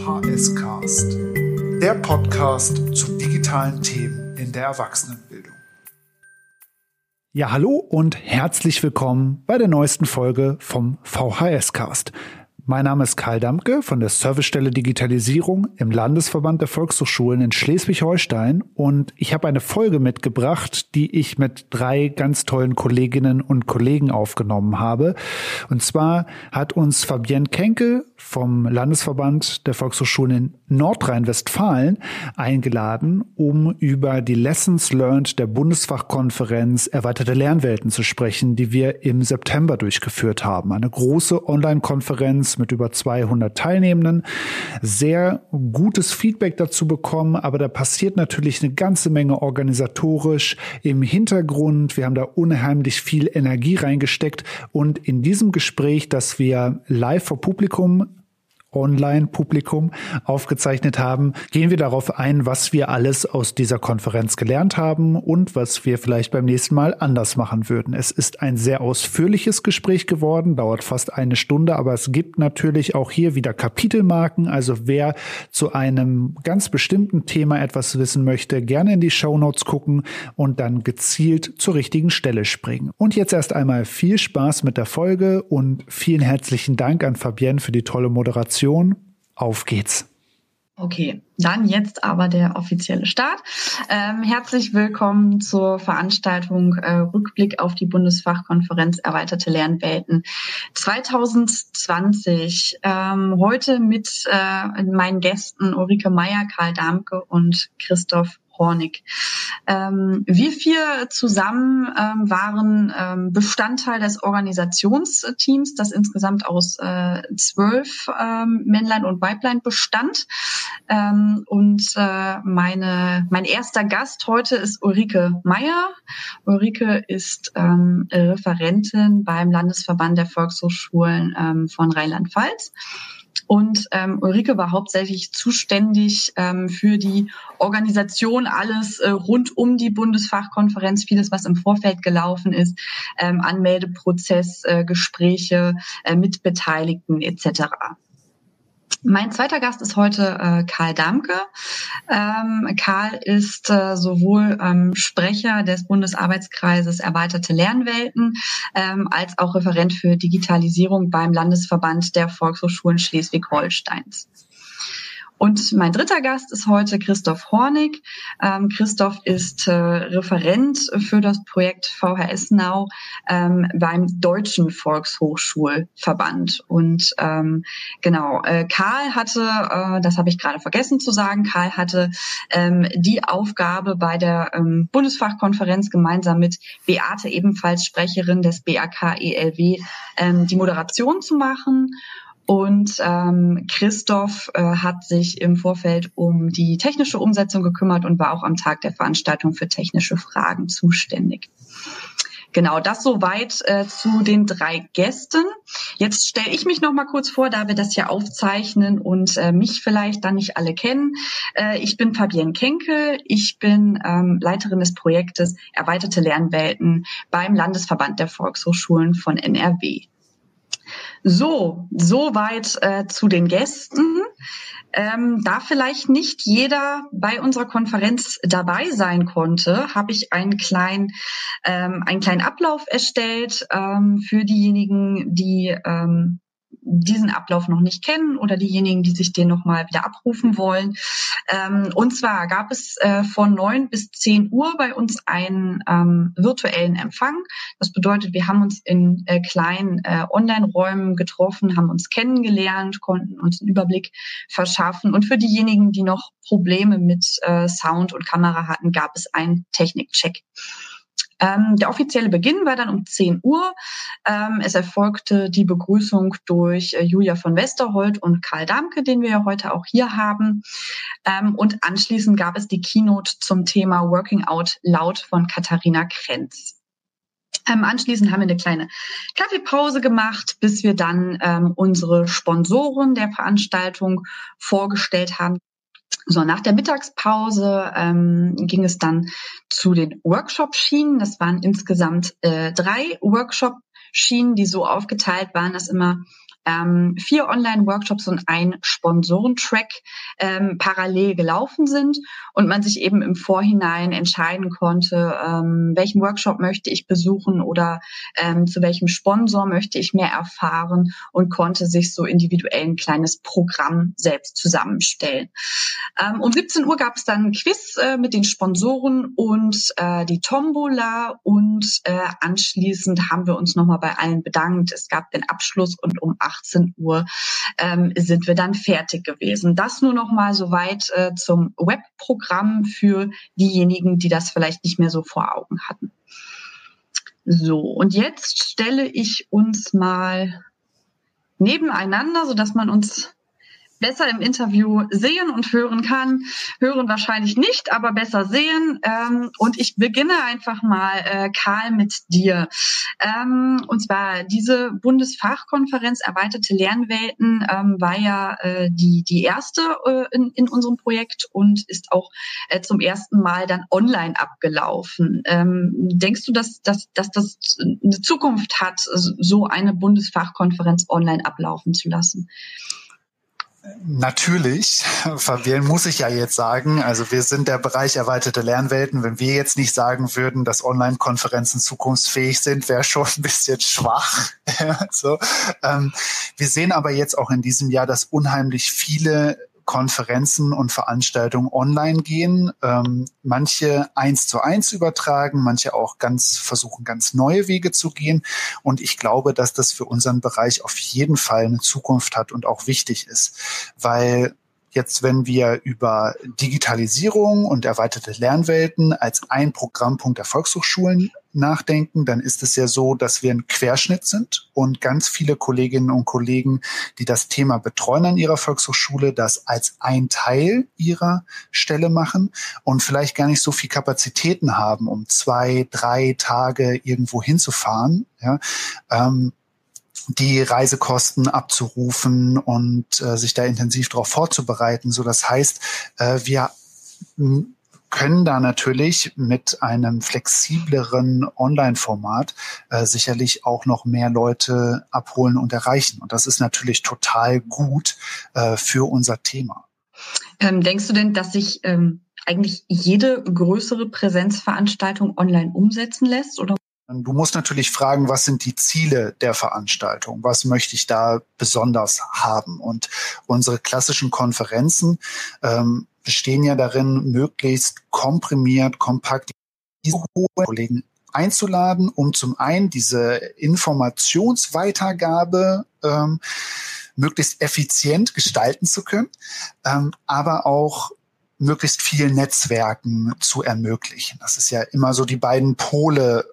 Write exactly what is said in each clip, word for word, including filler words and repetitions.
V H S Cast, der Podcast zu digitalen Themen in der Erwachsenenbildung. Ja, hallo und herzlich willkommen bei der neuesten Folge vom V H S Cast. Mein Name ist Karl Dampke von der Servicestelle Digitalisierung im Landesverband der Volkshochschulen in Schleswig-Holstein und ich habe eine Folge mitgebracht, die ich mit drei ganz tollen Kolleginnen und Kollegen aufgenommen habe. Und zwar hat uns Fabienne Kenkel vom Landesverband der Volkshochschulen in Nordrhein-Westfalen eingeladen, um über die Lessons Learned der Bundesfachkonferenz Erweiterte Lernwelten zu sprechen, die wir im September durchgeführt haben. Eine große Online-Konferenz mit über zweihundert Teilnehmenden. Sehr gutes Feedback dazu bekommen, aber da passiert natürlich eine ganze Menge organisatorisch im Hintergrund. Wir haben da unheimlich viel Energie reingesteckt und in diesem Gespräch, das wir live vor Publikum Online-Publikum aufgezeichnet haben, gehen wir darauf ein, was wir alles aus dieser Konferenz gelernt haben und was wir vielleicht beim nächsten Mal anders machen würden. Es ist ein sehr ausführliches Gespräch geworden, dauert fast eine Stunde, aber es gibt natürlich auch hier wieder Kapitelmarken. Also wer zu einem ganz bestimmten Thema etwas wissen möchte, gerne in die Shownotes gucken und dann gezielt zur richtigen Stelle springen. Und jetzt erst einmal viel Spaß mit der Folge und vielen herzlichen Dank an Fabienne für die tolle Moderation. Auf geht's. Okay, dann jetzt aber der offizielle Start. Ähm, herzlich willkommen zur Veranstaltung äh, Rückblick auf die Bundesfachkonferenz Erweiterte Lernwelten zwanzig zwanzig. Ähm, heute mit äh, meinen Gästen Ulrike Meyer, Karl Dampke und Christoph Hornig. Ähm, wir vier zusammen ähm, waren ähm, Bestandteil des Organisationsteams, das insgesamt aus äh, zwölf ähm, Männlein und Weiblein bestand. Ähm, und äh, meine mein erster Gast heute ist Ulrike Meyer. Ulrike ist ähm, Referentin beim Landesverband der Volkshochschulen ähm, von Rheinland-Pfalz. Und ähm, Ulrike war hauptsächlich zuständig ähm, für die Organisation, alles äh, rund um die Bundesfachkonferenz, vieles, was im Vorfeld gelaufen ist, ähm, Anmeldeprozess, äh, Gespräche äh, mit Beteiligten et cetera. Mein zweiter Gast ist heute äh, Karl Dampke. Ähm, Karl ist äh, sowohl ähm, Sprecher des Bundesarbeitskreises Erweiterte Lernwelten ähm, als auch Referent für Digitalisierung beim Landesverband der Volkshochschulen Schleswig-Holsteins. Und mein dritter Gast ist heute Christoph Hornig. Ähm, Christoph ist äh, Referent für das Projekt V H S Now ähm, beim Deutschen Volkshochschulverband. Und ähm, genau, äh, Karl hatte, äh, das habe ich gerade vergessen zu sagen, Karl hatte ähm, die Aufgabe bei der ähm, Bundesfachkonferenz gemeinsam mit Beate, ebenfalls Sprecherin des B A K E L W, ähm, die Moderation zu machen. Und ähm, Christoph äh, hat sich im Vorfeld um die technische Umsetzung gekümmert und war auch am Tag der Veranstaltung für technische Fragen zuständig. Genau, das soweit äh, zu den drei Gästen. Jetzt stelle ich mich noch mal kurz vor, da wir das ja aufzeichnen und äh, mich vielleicht dann nicht alle kennen. Äh, ich bin Fabienne Kenkel, ich bin ähm, Leiterin des Projektes Erweiterte Lernwelten beim Landesverband der Volkshochschulen von N R W. So, soweit äh, zu den Gästen. Ähm, da vielleicht nicht jeder bei unserer Konferenz dabei sein konnte, habe ich einen kleinen, ähm, einen kleinen Ablauf erstellt ähm, für diejenigen, die ähm, diesen Ablauf noch nicht kennen oder diejenigen, die sich den nochmal wieder abrufen wollen. Ähm, und zwar gab es äh, von neun bis zehn Uhr bei uns einen ähm, virtuellen Empfang. Das bedeutet, wir haben uns in äh, kleinen äh, Online-Räumen getroffen, haben uns kennengelernt, konnten uns einen Überblick verschaffen. Und für diejenigen, die noch Probleme mit äh, Sound und Kamera hatten, gab es einen Technikcheck. Ähm, der offizielle Beginn war dann um zehn Uhr. Ähm, es erfolgte die Begrüßung durch äh, Julia von Westerholt und Karl Dampke, den wir ja heute auch hier haben. Ähm, und anschließend gab es die Keynote zum Thema Working Out Loud von Katharina Krenz. Ähm, anschließend haben wir eine kleine Kaffeepause gemacht, bis wir dann ähm, unsere Sponsoren der Veranstaltung vorgestellt haben. So, nach der Mittagspause ähm, ging es dann zu den Workshop-Schienen. Das waren insgesamt äh, drei Workshop-Schienen, die so aufgeteilt waren, dass immer ähm, vier Online-Workshops und ein Sponsorentrack ähm, parallel gelaufen sind und man sich eben im Vorhinein entscheiden konnte, ähm, welchen Workshop möchte ich besuchen oder ähm, zu welchem Sponsor möchte ich mehr erfahren und konnte sich so individuell ein kleines Programm selbst zusammenstellen. Ähm, um siebzehn Uhr gab es dann ein Quiz äh, mit den Sponsoren und äh, die Tombola und äh, anschließend haben wir uns nochmal bei allen bedankt. Es gab den Abschluss und um achtzehn Uhr ähm, sind wir dann fertig gewesen. Das nur nochmal soweit äh, zum Webprogramm für diejenigen, die das vielleicht nicht mehr so vor Augen hatten. So, und jetzt stelle ich uns mal nebeneinander, sodass man uns besser im Interview sehen und hören kann. Hören wahrscheinlich nicht, aber besser sehen. Ähm, und ich beginne einfach mal, äh, Karl, mit dir. Ähm, und zwar diese Bundesfachkonferenz Erweiterte Lernwelten ähm, war ja äh, die, die erste äh, in, in unserem Projekt und ist auch äh, zum ersten Mal dann online abgelaufen. Ähm, denkst du, dass, dass, dass das eine Zukunft hat, so eine Bundesfachkonferenz online ablaufen zu lassen? Natürlich, Fabienne, muss ich ja jetzt sagen, also wir sind der Bereich erweiterte Lernwelten. Wenn wir jetzt nicht sagen würden, dass Online-Konferenzen zukunftsfähig sind, wäre schon ein bisschen schwach. so. ähm, wir sehen aber jetzt auch in diesem Jahr, dass unheimlich viele Konferenzen und Veranstaltungen online gehen, ähm, manche eins zu eins übertragen, manche auch ganz versuchen, ganz neue Wege zu gehen. Und ich glaube, dass das für unseren Bereich auf jeden Fall eine Zukunft hat und auch wichtig ist, weil jetzt, wenn wir über Digitalisierung und erweiterte Lernwelten als ein Programmpunkt der Volkshochschulen nachdenken, dann ist es ja so, dass wir ein Querschnitt sind und ganz viele Kolleginnen und Kollegen, die das Thema betreuen an ihrer Volkshochschule, das als ein Teil ihrer Stelle machen und vielleicht gar nicht so viel Kapazitäten haben, um zwei, drei Tage irgendwo hinzufahren, ja, ähm, die Reisekosten abzurufen und äh, sich da intensiv darauf vorzubereiten. So, das heißt, äh, wir m- können da natürlich mit einem flexibleren Online-Format äh, sicherlich auch noch mehr Leute abholen und erreichen. Und das ist natürlich total gut äh, für unser Thema. Ähm, denkst du denn, dass sich ähm, eigentlich jede größere Präsenzveranstaltung online umsetzen lässt, oder? Du musst natürlich fragen, was sind die Ziele der Veranstaltung? Was möchte ich da besonders haben? Und unsere klassischen Konferenzen ähm, bestehen ja darin, möglichst komprimiert, kompakt diese Kollegen einzuladen, um zum einen diese Informationsweitergabe ähm, möglichst effizient gestalten zu können, ähm, aber auch möglichst viel Netzwerken zu ermöglichen. Das ist ja immer so die beiden Pole,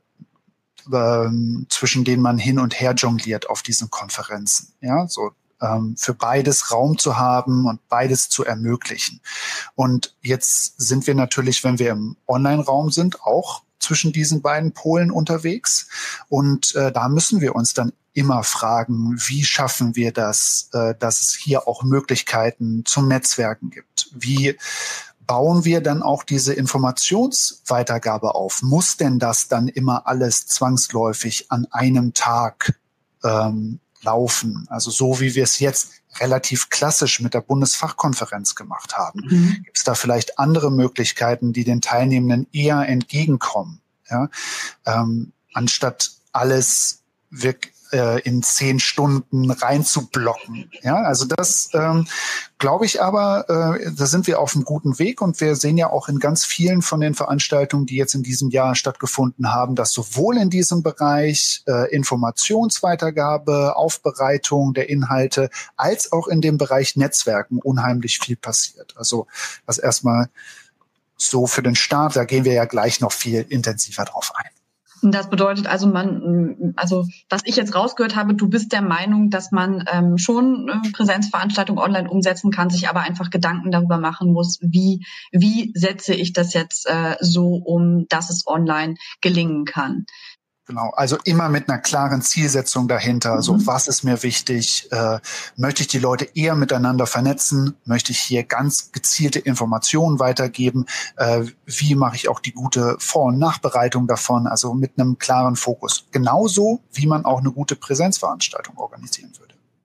Ähm, zwischen denen man hin und her jongliert auf diesen Konferenzen. Ja, so ähm, für beides Raum zu haben und beides zu ermöglichen. Und jetzt sind wir natürlich, wenn wir im Online-Raum sind, auch zwischen diesen beiden Polen unterwegs. Und äh, da müssen wir uns dann immer fragen, wie schaffen wir das, äh, dass es hier auch Möglichkeiten zum Netzwerken gibt? Wie bauen wir dann auch diese Informationsweitergabe auf? Muss denn das dann immer alles zwangsläufig an einem Tag ähm, laufen? Also so wie wir es jetzt relativ klassisch mit der Bundesfachkonferenz gemacht haben. Mhm. Gibt es da vielleicht andere Möglichkeiten, die den Teilnehmenden eher entgegenkommen? Ja? Ähm, anstatt alles wirklich in zehn Stunden reinzublocken. Ja, also das ähm, glaube ich aber, äh, da sind wir auf einem guten Weg und wir sehen ja auch in ganz vielen von den Veranstaltungen, die jetzt in diesem Jahr stattgefunden haben, dass sowohl in diesem Bereich äh, Informationsweitergabe, Aufbereitung der Inhalte, als auch in dem Bereich Netzwerken unheimlich viel passiert. Also das erstmal so für den Start, da gehen wir ja gleich noch viel intensiver drauf ein. Das bedeutet also, man, also was ich jetzt rausgehört habe, du bist der Meinung, dass man ähm, schon äh, Präsenzveranstaltungen online umsetzen kann, sich aber einfach Gedanken darüber machen muss, wie wie setze ich das jetzt äh, so um, dass es online gelingen kann. Genau, also immer mit einer klaren Zielsetzung dahinter. Mhm. So, was ist mir wichtig? Äh, möchte ich die Leute eher miteinander vernetzen? Möchte ich hier ganz gezielte Informationen weitergeben? Äh, wie mache ich auch die gute Vor- und Nachbereitung davon? Also mit einem klaren Fokus. Genauso, wie man auch eine gute Präsenzveranstaltung organisieren würde.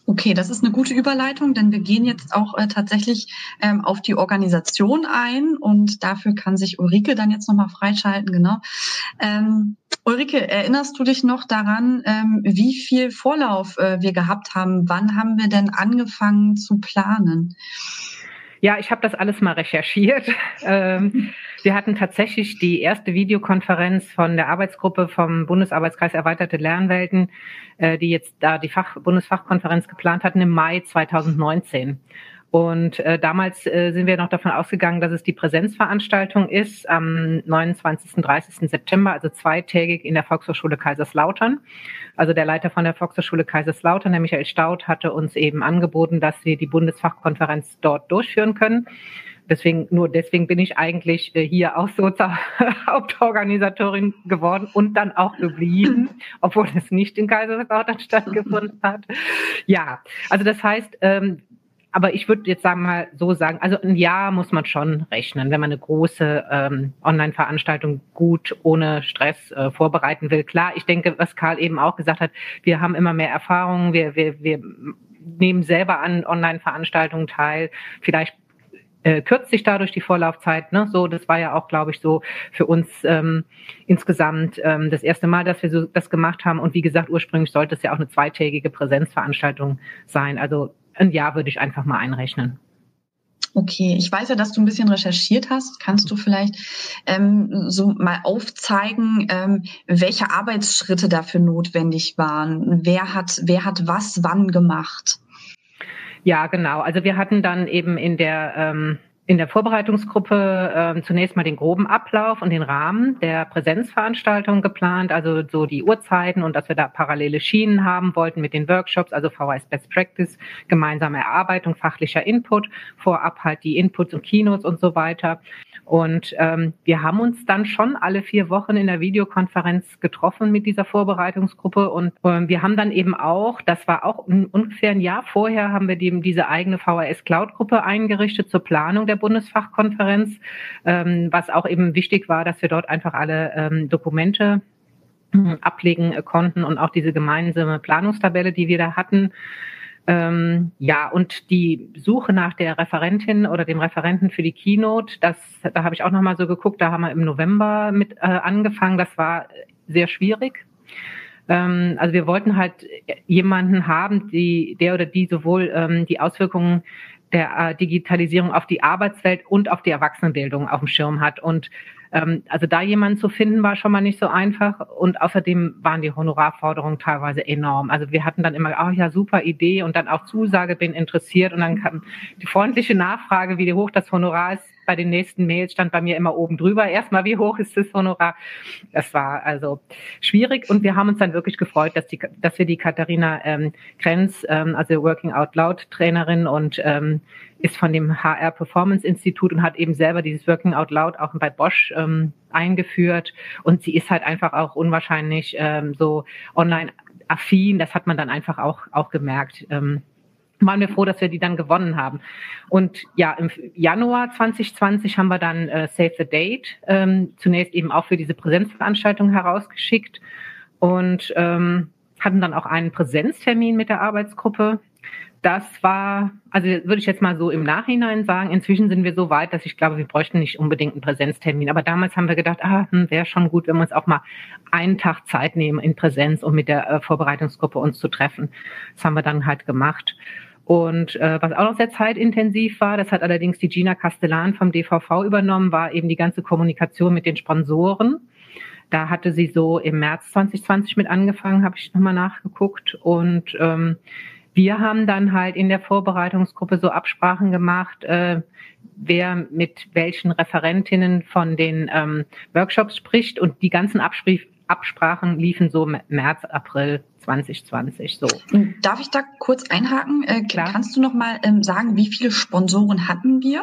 Okay, das ist eine gute Überleitung, denn wir gehen jetzt auch äh, tatsächlich ähm, auf die Organisation ein und dafür kann sich Ulrike dann jetzt nochmal freischalten, genau. Ähm, Ulrike, erinnerst du dich noch daran, ähm, wie viel Vorlauf äh, wir gehabt haben? Wann haben wir denn angefangen zu planen? Ja, ich habe das alles mal recherchiert. Ähm, wir hatten tatsächlich die erste Videokonferenz von der Arbeitsgruppe vom Bundesarbeitskreis Erweiterte Lernwelten, äh, die jetzt da die Fach- Bundesfachkonferenz geplant hatten, im Mai zweitausendneunzehn. Und äh, damals äh, sind wir noch davon ausgegangen, dass es die Präsenzveranstaltung ist, am neunundzwanzigsten, dreißigsten September, also zweitägig in der Volkshochschule Kaiserslautern. Also der Leiter von der Volkshochschule Kaiserslautern, der Michael Staudt, hatte uns eben angeboten, dass wir die Bundesfachkonferenz dort durchführen können. Deswegen, nur deswegen bin ich eigentlich äh, hier auch so zur Hauptorganisatorin geworden und dann auch geblieben, obwohl es nicht in Kaiserslautern stattgefunden hat. Ja, also das heißt, ähm, aber ich würde jetzt sagen mal so sagen, also ein Jahr muss man schon rechnen, wenn man eine große ähm, Online-Veranstaltung gut ohne Stress äh, vorbereiten will. Klar, ich denke, was Karl eben auch gesagt hat, wir haben immer mehr Erfahrungen, wir, wir, wir nehmen selber an Online-Veranstaltungen teil. Vielleicht äh, kürzt sich dadurch die Vorlaufzeit. Ne? So, das war ja auch, glaube ich, so für uns ähm, insgesamt ähm, das erste Mal, dass wir so das gemacht haben. Und wie gesagt, ursprünglich sollte es ja auch eine zweitägige Präsenzveranstaltung sein. Also ein Jahr würde ich einfach mal einrechnen. Okay, ich weiß ja, dass du ein bisschen recherchiert hast. Kannst du vielleicht ähm, so mal aufzeigen, ähm, welche Arbeitsschritte dafür notwendig waren? Wer hat, wer hat was wann gemacht? Ja, genau. Also wir hatten dann eben in der ähm, in der Vorbereitungsgruppe ähm, zunächst mal den groben Ablauf und den Rahmen der Präsenzveranstaltung geplant, also so die Uhrzeiten und dass wir da parallele Schienen haben wollten mit den Workshops, also V H S Best Practice, gemeinsame Erarbeitung, fachlicher Input, vorab halt die Inputs und Keynotes und so weiter. Und ähm, wir haben uns dann schon alle vier Wochen in der Videokonferenz getroffen mit dieser Vorbereitungsgruppe und ähm, wir haben dann eben auch, das war auch un- ungefähr ein Jahr vorher, haben wir eben diese eigene V H S-Cloud-Gruppe eingerichtet zur Planung der Bundesfachkonferenz, ähm, was auch eben wichtig war, dass wir dort einfach alle ähm, Dokumente äh, ablegen äh, konnten und auch diese gemeinsame Planungstabelle, die wir da hatten. Ähm, ja, und die Suche nach der Referentin oder dem Referenten für die Keynote, das, da habe ich auch nochmal so geguckt, da haben wir im November mit äh, angefangen. Das war sehr schwierig. Ähm, also wir wollten halt jemanden haben, die, der oder die sowohl ähm, die Auswirkungen der äh, Digitalisierung auf die Arbeitswelt und auf die Erwachsenenbildung auf dem Schirm hat. Und ähm, also da jemanden zu finden, war schon mal nicht so einfach. Und außerdem waren die Honorarforderungen teilweise enorm. Also wir hatten dann immer, ach ja, super Idee und dann auch Zusage, bin interessiert. Und dann kam die freundliche Nachfrage, wie hoch das Honorar ist. Bei den nächsten Mails stand bei mir immer oben drüber. Erstmal, wie hoch ist das Honorar? Das war also schwierig. Und wir haben uns dann wirklich gefreut, dass, die, dass wir die Katharina ähm, Krenz, ähm, also Working Out Loud Trainerin und ähm, ist von dem H R Performance Institut und hat eben selber dieses Working Out Loud auch bei Bosch ähm, eingeführt. Und sie ist halt einfach auch unwahrscheinlich ähm, so online affin. Das hat man dann einfach auch, auch gemerkt. Ähm, waren wir froh, dass wir die dann gewonnen haben. Und ja, im Januar zwanzig zwanzig haben wir dann äh, Save the Date ähm, zunächst eben auch für diese Präsenzveranstaltung herausgeschickt und ähm, hatten dann auch einen Präsenztermin mit der Arbeitsgruppe. Das war, also würde ich jetzt mal so im Nachhinein sagen, inzwischen sind wir so weit, dass ich glaube, wir bräuchten nicht unbedingt einen Präsenztermin. Aber damals haben wir gedacht, ah, hm, wäre schon gut, wenn wir uns auch mal einen Tag Zeit nehmen in Präsenz, um mit der äh, Vorbereitungsgruppe uns zu treffen. Das haben wir dann halt gemacht. Und äh, was auch noch sehr zeitintensiv war, das hat allerdings die Gina Castellan vom D V V übernommen, war eben die ganze Kommunikation mit den Sponsoren. Da hatte sie so im März zwanzig zwanzig mit angefangen, habe ich nochmal nachgeguckt. Und ähm, wir haben dann halt in der Vorbereitungsgruppe so Absprachen gemacht, äh, wer mit welchen Referentinnen von den ähm, Workshops spricht. Und die ganzen Abspr- Absprachen liefen so März, April zwanzig zwanzig. So. Darf ich da kurz einhaken? Äh, Klar. Kannst du noch mal ähm, sagen, wie viele Sponsoren hatten wir?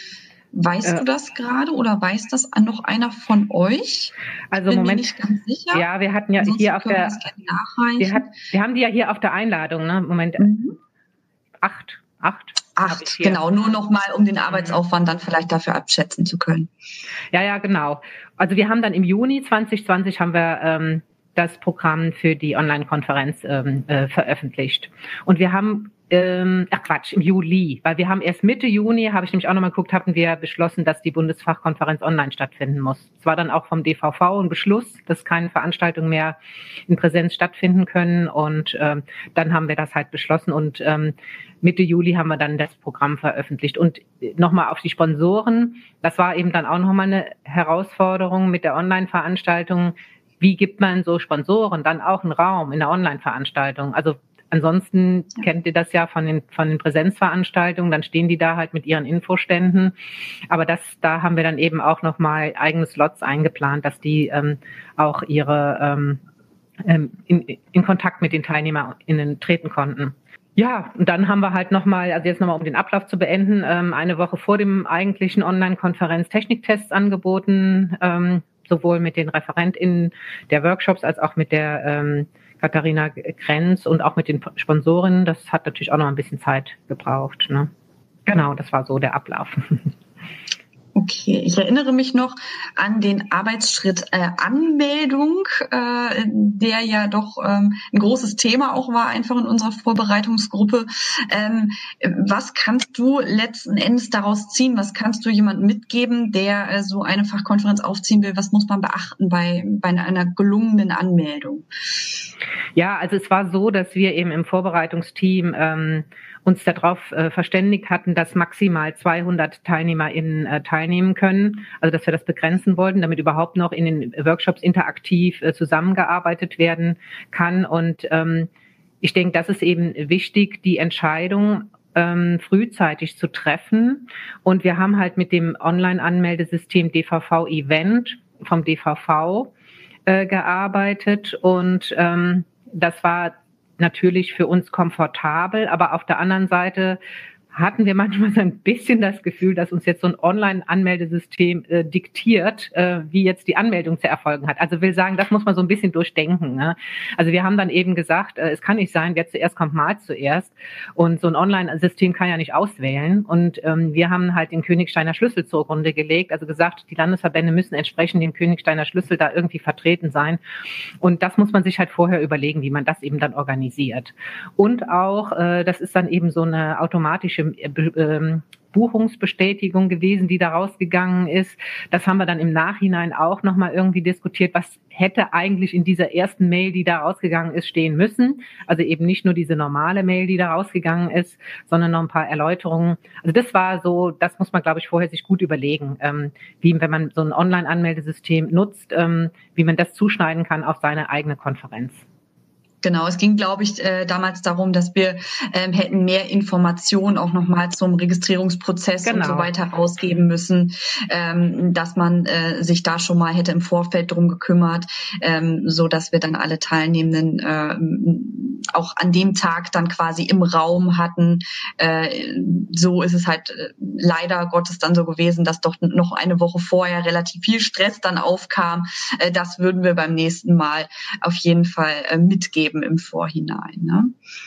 Weißt Äh, du das gerade oder weiß das noch einer von euch? Also Bin Moment, mir nicht ganz sicher. Ja, wir hatten ja Ansonsten hier auf können wir der, das gerne nachreichen. wir, hat, wir haben die ja hier auf der Einladung, ne? Moment, Mhm. acht, acht. habe ich Acht, hier. genau, nur noch mal, um den Arbeitsaufwand dann vielleicht dafür abschätzen zu können. Ja, ja, genau. Also wir haben dann im Juni zwanzig zwanzig haben wir ähm, das Programm für die Online-Konferenz ähm, äh, veröffentlicht. Und wir haben Ähm, ach Quatsch, im Juli, weil wir haben erst Mitte Juni, habe ich nämlich auch nochmal geguckt, hatten wir beschlossen, dass die Bundesfachkonferenz online stattfinden muss. Es war dann auch vom D V V ein Beschluss, dass keine Veranstaltungen mehr in Präsenz stattfinden können und ähm, dann haben wir das halt beschlossen und ähm, Mitte Juli haben wir dann das Programm veröffentlicht. Und nochmal auf die Sponsoren, das war eben dann auch nochmal eine Herausforderung mit der Online-Veranstaltung. Wie gibt man so Sponsoren dann auch einen Raum in der Online-Veranstaltung? Also ansonsten ja. kennt ihr das ja von den, von den Präsenzveranstaltungen, dann stehen die da halt mit ihren Infoständen. Aber das, da haben wir dann eben auch nochmal eigene Slots eingeplant, dass die ähm, auch ihre ähm, in, in Kontakt mit den TeilnehmerInnen treten konnten. Ja, und dann haben wir halt nochmal, also jetzt nochmal um den Ablauf zu beenden, ähm, eine Woche vor dem eigentlichen Online-Konferenz Techniktests angeboten, ähm, sowohl mit den ReferentInnen der Workshops als auch mit der ähm, Katharina Krenz und auch mit den Sponsoren. Das hat natürlich auch noch ein bisschen Zeit gebraucht. Ne? Genau, das war so der Ablauf. Okay, ich erinnere mich noch an den Arbeitsschritt äh, Anmeldung, äh, der ja doch ähm, ein großes Thema auch war, einfach in unserer Vorbereitungsgruppe. Ähm, was kannst du letzten Endes daraus ziehen? Was kannst du jemandem mitgeben, der äh, so eine Fachkonferenz aufziehen will? Was muss man beachten bei, bei einer gelungenen Anmeldung? Ja, also es war so, dass wir eben im Vorbereitungsteam ähm, uns darauf äh, verständigt hatten, dass maximal zweihundert TeilnehmerInnen äh, teilnehmen können. Also dass wir das begrenzen wollten, damit überhaupt noch in den Workshops interaktiv äh, zusammengearbeitet werden kann. Und ähm, ich denke, das ist eben wichtig, die Entscheidung ähm, frühzeitig zu treffen. Und wir haben halt mit dem Online-Anmeldesystem D V V Event vom D V V äh, gearbeitet und ähm, das war natürlich für uns komfortabel, aber auf der anderen Seite hatten wir manchmal so ein bisschen das Gefühl, dass uns jetzt so ein Online-Anmeldesystem äh, diktiert, äh, wie jetzt die Anmeldung zu erfolgen hat. Also will sagen, das muss man so ein bisschen durchdenken. Ne? Also wir haben dann eben gesagt, äh, es kann nicht sein, wer zuerst kommt, mal zuerst. Und so ein Online-System kann ja nicht auswählen. Und ähm, wir haben halt den Königsteiner Schlüssel zugrunde gelegt, also gesagt, die Landesverbände müssen entsprechend dem Königsteiner Schlüssel da irgendwie vertreten sein. Und das muss man sich halt vorher überlegen, wie man das eben dann organisiert. Und auch, äh, das ist dann eben so eine automatische Buchungsbestätigung gewesen, die da rausgegangen ist. Das haben wir dann im Nachhinein auch nochmal irgendwie diskutiert, was hätte eigentlich in dieser ersten Mail, die da rausgegangen ist, stehen müssen. Also eben nicht nur diese normale Mail, die da rausgegangen ist, sondern noch ein paar Erläuterungen. Also das war so, das muss man, glaube ich, vorher sich gut überlegen, ähm, wie, wenn man so ein Online-Anmeldesystem nutzt, ähm, wie man das zuschneiden kann auf seine eigene Konferenz. Genau, es ging, glaube ich, äh, damals darum, dass wir ähm, hätten mehr Informationen auch nochmal zum Registrierungsprozess genau. und so weiter rausgeben müssen, ähm, dass man äh, sich da schon mal hätte im Vorfeld drum gekümmert, ähm, so dass wir dann alle Teilnehmenden äh, auch an dem Tag dann quasi im Raum hatten. Äh, so ist es halt äh, leider Gottes dann so gewesen, dass doch noch eine Woche vorher relativ viel Stress dann aufkam. Äh, das würden wir beim nächsten Mal auf jeden Fall äh, mitgeben im Vorhinein. Ne?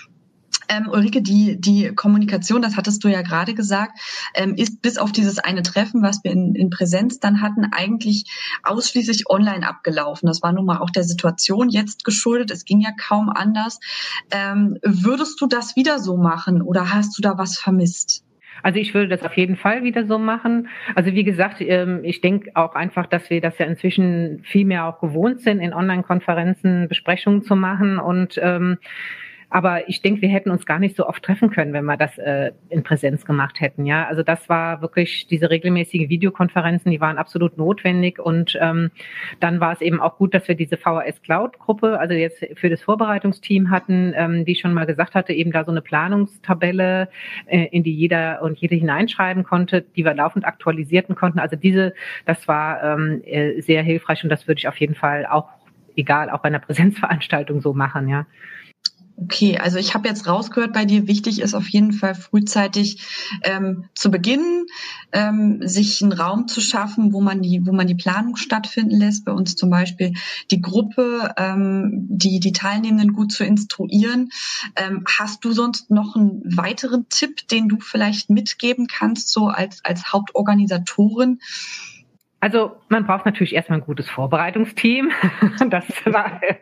Ähm, Ulrike, die, die Kommunikation, das hattest du ja gerade gesagt, ähm, ist bis auf dieses eine Treffen, was wir in, in Präsenz dann hatten, eigentlich ausschließlich online abgelaufen. Das war nun mal auch der Situation jetzt geschuldet. Es ging ja kaum anders. Ähm, würdest du das wieder so machen oder hast du da was vermisst? Also ich würde das auf jeden Fall wieder so machen. Also wie gesagt, ich denke auch einfach, dass wir das ja inzwischen viel mehr auch gewohnt sind, in Online-Konferenzen Besprechungen zu machen und ähm, aber ich denke, wir hätten uns gar nicht so oft treffen können, wenn wir das äh, in Präsenz gemacht hätten. Ja, also das war wirklich, diese regelmäßigen Videokonferenzen, die waren absolut notwendig. Und ähm, dann war es eben auch gut, dass wir diese V H S Cloud-Gruppe, also jetzt für das Vorbereitungsteam hatten, ähm, die ich schon mal gesagt hatte, eben da so eine Planungstabelle, äh, in die jeder und jede hineinschreiben konnte, die wir laufend aktualisierten konnten. Also diese, das war ähm, sehr hilfreich und das würde ich auf jeden Fall auch, egal, auch bei einer Präsenzveranstaltung so machen, ja. Okay, also ich habe jetzt rausgehört bei dir, wichtig ist auf jeden Fall frühzeitig ähm, zu beginnen, ähm, sich einen Raum zu schaffen, wo man die, wo man die Planung stattfinden lässt. Bei uns zum Beispiel die Gruppe, ähm, die die Teilnehmenden gut zu instruieren. Ähm, hast du sonst noch einen weiteren Tipp, den du vielleicht mitgeben kannst, so als als Hauptorganisatorin? Also man braucht natürlich erstmal ein gutes Vorbereitungsteam. Das war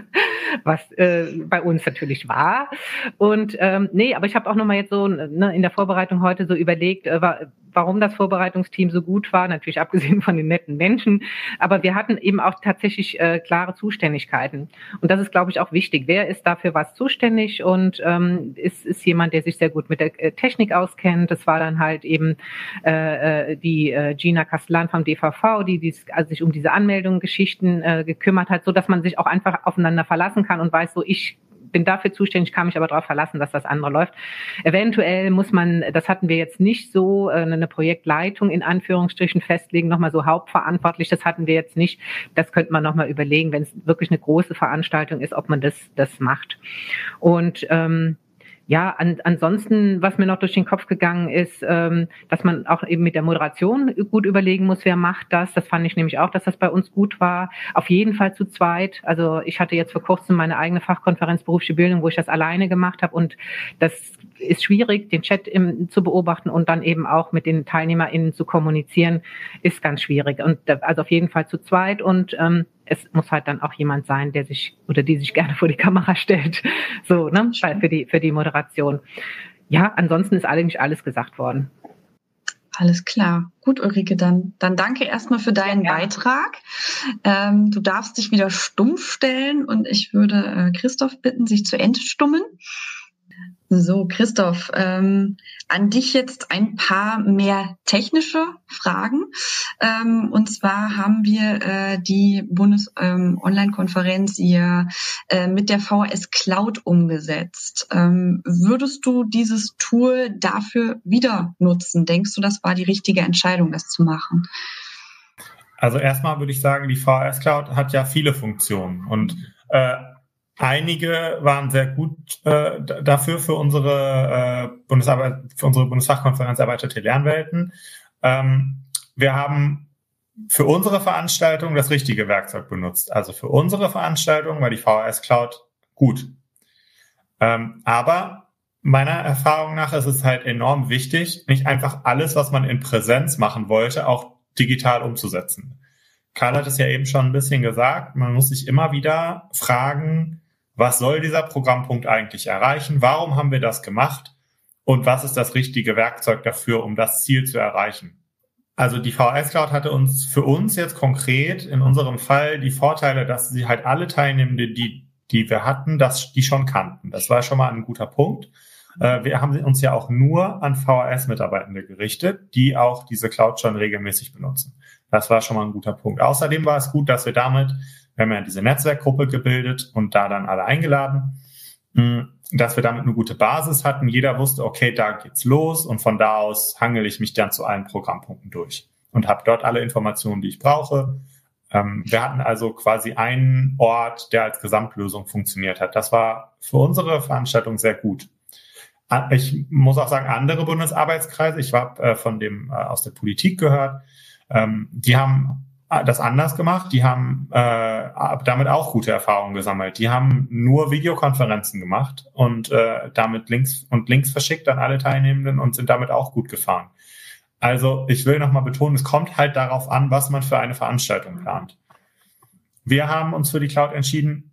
was äh, bei uns natürlich war. Und ähm, nee, aber ich habe auch nochmal jetzt so ne, in der Vorbereitung heute so überlegt, äh, warum das Vorbereitungsteam so gut war, natürlich abgesehen von den netten Menschen, aber wir hatten eben auch tatsächlich äh, klare Zuständigkeiten. Und das ist, glaube ich, auch wichtig. Wer ist dafür was zuständig und ähm, ist, ist jemand, der sich sehr gut mit der äh, Technik auskennt. Das war dann halt eben äh, die äh, Gina Castellan vom D V V, die dies, also sich um diese Anmeldungsgeschichten äh, gekümmert hat, so dass man sich auch einfach aufeinander verlassen kann und weiß, so ich bin dafür zuständig, kann mich aber darauf verlassen, dass das andere läuft. Eventuell muss man, das hatten wir jetzt nicht so, eine Projektleitung in Anführungsstrichen festlegen, nochmal so hauptverantwortlich, das hatten wir jetzt nicht. Das könnte man nochmal überlegen, wenn es wirklich eine große Veranstaltung ist, ob man das, das macht. Und ähm, ja, an, ansonsten, was mir noch durch den Kopf gegangen ist, ähm, dass man auch eben mit der Moderation gut überlegen muss, wer macht das. Das fand ich nämlich auch, dass das bei uns gut war. Auf jeden Fall zu zweit. Also ich hatte jetzt vor kurzem meine eigene Fachkonferenz berufliche Bildung, wo ich das alleine gemacht habe. Und das ist schwierig, den Chat im, zu beobachten und dann eben auch mit den TeilnehmerInnen zu kommunizieren, ist ganz schwierig. Und also auf jeden Fall zu zweit und ähm, es muss halt dann auch jemand sein, der sich oder die sich gerne vor die Kamera stellt, so, ne, für die, für die Moderation. Ja, ansonsten ist eigentlich alles gesagt worden. Alles klar. Gut, Ulrike, dann, dann danke erstmal für deinen ja, Beitrag. Ähm, du darfst dich wieder stumm stellen und ich würde äh, Christoph bitten, sich zu entstummen. So, Christoph, ähm, an dich jetzt ein paar mehr technische Fragen. Ähm, und zwar haben wir äh, die Bundes-Online-Konferenz ähm, ja äh, mit der V H S Cloud umgesetzt. Ähm, würdest du dieses Tool dafür wieder nutzen? Denkst du, das war die richtige Entscheidung, das zu machen? Also erstmal würde ich sagen, die V H S Cloud hat ja viele Funktionen und äh, einige waren sehr gut äh, dafür für unsere, äh, Bundesarbeit, für unsere Bundesfachkonferenz Erweiterte Lernwelten. Ähm, wir haben für unsere Veranstaltung das richtige Werkzeug benutzt. Also für unsere Veranstaltung war die V H S Cloud gut. Ähm, aber meiner Erfahrung nach ist es halt enorm wichtig, nicht einfach alles, was man in Präsenz machen wollte, auch digital umzusetzen. Karl hat es ja eben schon ein bisschen gesagt, man muss sich immer wieder fragen, was soll dieser Programmpunkt eigentlich erreichen? Warum haben wir das gemacht? Und was ist das richtige Werkzeug dafür, um das Ziel zu erreichen? Also die V H S Cloud hatte uns für uns jetzt konkret in unserem Fall die Vorteile, dass sie halt alle Teilnehmenden, die, die wir hatten, dass die schon kannten. Das war schon mal ein guter Punkt. Wir haben uns ja auch nur an V H S-Mitarbeitende gerichtet, die auch diese Cloud schon regelmäßig benutzen. Das war schon mal ein guter Punkt. Außerdem war es gut, dass wir damit, wir haben ja diese Netzwerkgruppe gebildet und da dann alle eingeladen, dass wir damit eine gute Basis hatten. Jeder wusste, okay, da geht's los und von da aus hangel ich mich dann zu allen Programmpunkten durch und habe dort alle Informationen, die ich brauche. Wir hatten also quasi einen Ort, der als Gesamtlösung funktioniert hat. Das war für unsere Veranstaltung sehr gut. Ich muss auch sagen, andere Bundesarbeitskreise, ich habe äh, von dem äh, aus der Politik gehört, ähm, die haben das anders gemacht, die haben äh, damit auch gute Erfahrungen gesammelt. Die haben nur Videokonferenzen gemacht und äh, damit Links und Links verschickt an alle Teilnehmenden und sind damit auch gut gefahren. Also ich will nochmal betonen, es kommt halt darauf an, was man für eine Veranstaltung plant. Wir haben uns für die Cloud entschieden,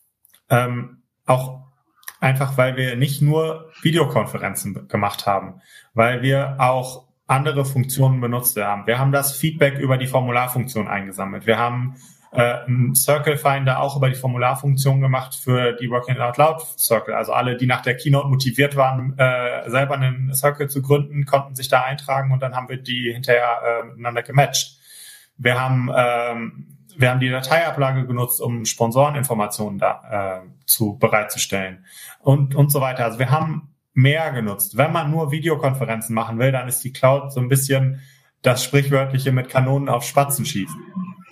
ähm, auch einfach, weil wir nicht nur Videokonferenzen gemacht haben, weil wir auch andere Funktionen benutzt haben. Wir haben das Feedback über die Formularfunktion eingesammelt. Wir haben äh, einen Circle Finder auch über die Formularfunktion gemacht für die Working Out Loud Circle. Also alle, die nach der Keynote motiviert waren, äh, selber einen Circle zu gründen, konnten sich da eintragen und dann haben wir die hinterher äh, miteinander gematcht. Wir haben ähm, Wir haben die Dateiablage genutzt, um Sponsoreninformationen da äh, zu bereitzustellen und und so weiter. Also wir haben mehr genutzt. Wenn man nur Videokonferenzen machen will, dann ist die Cloud so ein bisschen das Sprichwörtliche mit Kanonen auf Spatzen schießen.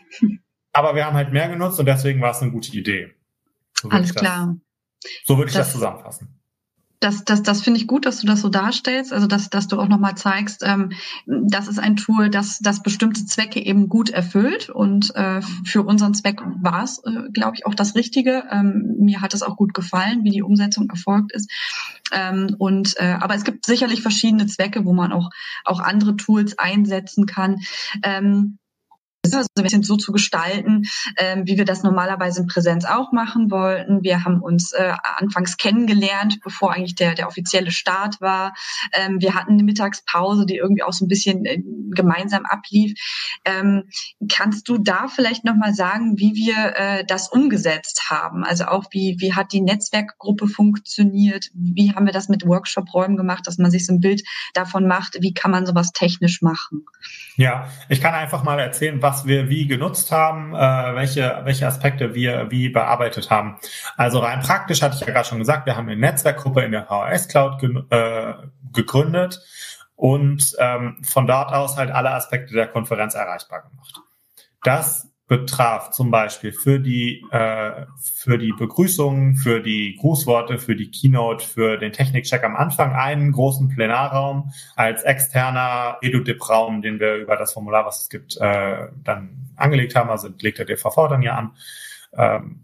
Aber wir haben halt mehr genutzt und deswegen war es eine gute Idee. So Alles klar. Das, so würde ich das, das zusammenfassen. Das, das, das finde ich gut, dass du das so darstellst, also dass, dass du auch nochmal zeigst, ähm, das ist ein Tool, das, das bestimmte Zwecke eben gut erfüllt und äh, für unseren Zweck war es, äh, glaube ich, auch das Richtige. Ähm, mir hat es auch gut gefallen, wie die Umsetzung erfolgt ist. Ähm, und äh, aber es gibt sicherlich verschiedene Zwecke, wo man auch auch andere Tools einsetzen kann. Ähm, also ein bisschen so zu gestalten, ähm, wie wir das normalerweise in Präsenz auch machen wollten. Wir haben uns äh, anfangs kennengelernt, bevor eigentlich der, der offizielle Start war. Ähm, wir hatten eine Mittagspause, die irgendwie auch so ein bisschen äh, gemeinsam ablief. Ähm, kannst du da vielleicht nochmal sagen, wie wir äh, das umgesetzt haben? Also auch, wie, wie hat die Netzwerkgruppe funktioniert? Wie haben wir das mit Workshop-Räumen gemacht, dass man sich so ein Bild davon macht, wie kann man sowas technisch machen? Ja, ich kann einfach mal erzählen, was wir wie genutzt haben, äh, welche welche Aspekte wir wie bearbeitet haben. Also rein praktisch hatte ich ja gerade schon gesagt, wir haben eine Netzwerkgruppe in der V H S Cloud ge- äh, gegründet und ähm, von dort aus halt alle Aspekte der Konferenz erreichbar gemacht. Das betraf zum Beispiel für die äh, für die Begrüßung, für die Grußworte, für die Keynote, für den Technikcheck am Anfang einen großen Plenarraum als externer EduDip-Raum, den wir über das Formular, was es gibt, äh, dann angelegt haben. Also legt der D V V dann ja an. Ähm,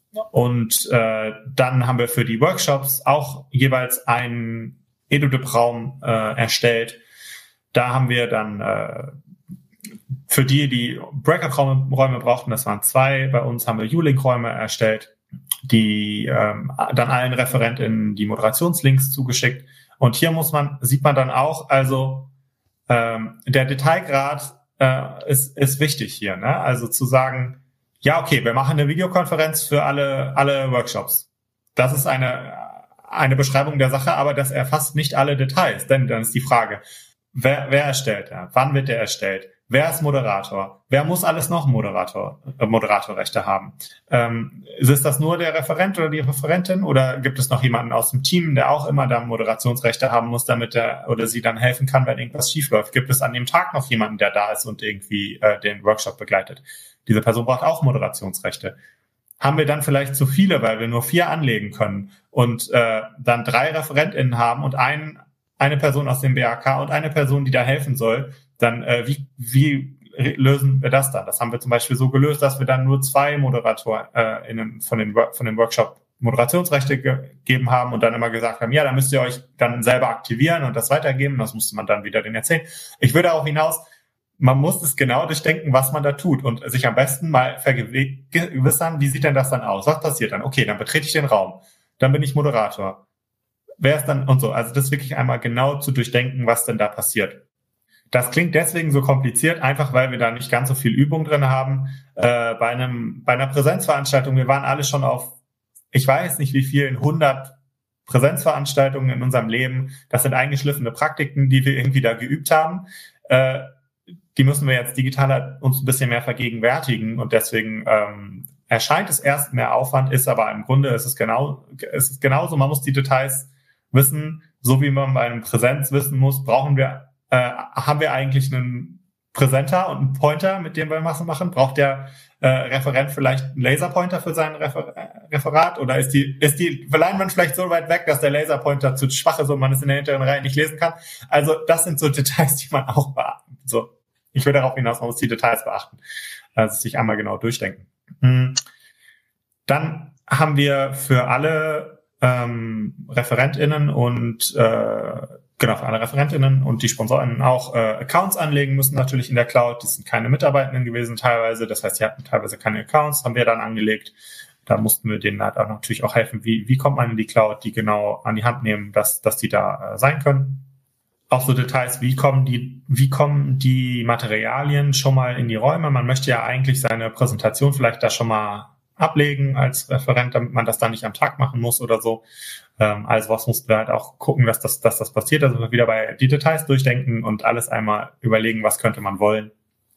und äh, dann haben wir für die Workshops auch jeweils einen EduDip-Raum äh, erstellt. Da haben wir dann äh, für die, die Breakout-Räume brauchten, das waren zwei. Bei uns haben wir U-Link-Räume erstellt, die ähm, dann allen ReferentInnen die Moderationslinks zugeschickt. Und hier muss man, sieht man dann auch, also ähm, der Detailgrad äh, ist, ist wichtig hier, ne? Also zu sagen, ja, okay, wir machen eine Videokonferenz für alle, alle Workshops. Das ist eine, eine Beschreibung der Sache, aber das erfasst nicht alle Details. Denn dann ist die Frage, wer, wer erstellt er? Wann wird der erstellt? Wer ist Moderator? Wer muss alles noch Moderator, äh, Moderatorrechte haben? Ähm, ist das nur der Referent oder die Referentin oder gibt es noch jemanden aus dem Team, der auch immer da Moderationsrechte haben muss, damit er oder sie dann helfen kann, wenn irgendwas schief läuft? Gibt es an dem Tag noch jemanden, der da ist und irgendwie äh, den Workshop begleitet? Diese Person braucht auch Moderationsrechte. Haben wir dann vielleicht zu viele, weil wir nur vier anlegen können und äh, dann drei ReferentInnen haben und ein, eine Person aus dem B A K und eine Person, die da helfen soll, dann äh, wie, wie lösen wir das dann? Das haben wir zum Beispiel so gelöst, dass wir dann nur zwei ModeratorInnen von den, von dem Workshop Moderationsrechte gegeben haben und dann immer gesagt haben, ja, da müsst ihr euch dann selber aktivieren und das weitergeben. Das musste man dann wieder denen erzählen. Ich würde auch hinaus, man muss es genau durchdenken, was man da tut und sich am besten mal vergewissern, wie sieht denn das dann aus? Was passiert dann? Okay, dann betrete ich den Raum. Dann bin ich Moderator. Wer ist dann und so? Also das wirklich einmal genau zu durchdenken, was denn da passiert. Das klingt deswegen so kompliziert, einfach weil wir da nicht ganz so viel Übung drin haben. Äh, bei einem, bei einer Präsenzveranstaltung, wir waren alle schon auf, ich weiß nicht wie vielen, hundert Präsenzveranstaltungen in unserem Leben. Das sind eingeschliffene Praktiken, die wir irgendwie da geübt haben. Äh, die müssen wir jetzt digital uns ein bisschen mehr vergegenwärtigen und deswegen ähm, erscheint es erst mehr Aufwand, ist aber im Grunde ist es genau, ist es genauso. Man muss die Details wissen, so wie man bei einem Präsenz wissen muss, brauchen wir Äh, haben wir eigentlich einen Präsenter und einen Pointer, mit dem wir was machen? Braucht der äh, Referent vielleicht einen Laserpointer für sein Refer- äh, Referat? Oder ist die ist die Leinwand vielleicht so weit weg, dass der Laserpointer zu schwach ist und man es in der hinteren Reihe nicht lesen kann? Also das sind so Details, die man auch beachten. So, ich will darauf hinaus, man muss die Details beachten. Also sich einmal genau durchdenken. Mhm. Dann haben wir für alle ähm, ReferentInnen und äh, Genau, für alle ReferentInnen und die SponsorInnen auch äh, Accounts anlegen müssen, natürlich in der Cloud. Die sind keine Mitarbeitenden gewesen teilweise. Das heißt, die hatten teilweise keine Accounts, haben wir dann angelegt. Da mussten wir denen halt auch natürlich auch helfen, wie wie kommt man in die Cloud, die genau an die Hand nehmen, dass dass die da äh, sein können. Auch so Details, wie kommen die wie kommen die Materialien schon mal in die Räume. Man möchte ja eigentlich seine Präsentation vielleicht da schon mal ablegen als Referent, damit man das dann nicht am Tag machen muss oder so. Ähm, also was mussten wir halt auch gucken, dass das, dass das passiert. Also wir wieder bei die Details durchdenken und alles einmal überlegen, was könnte man wollen.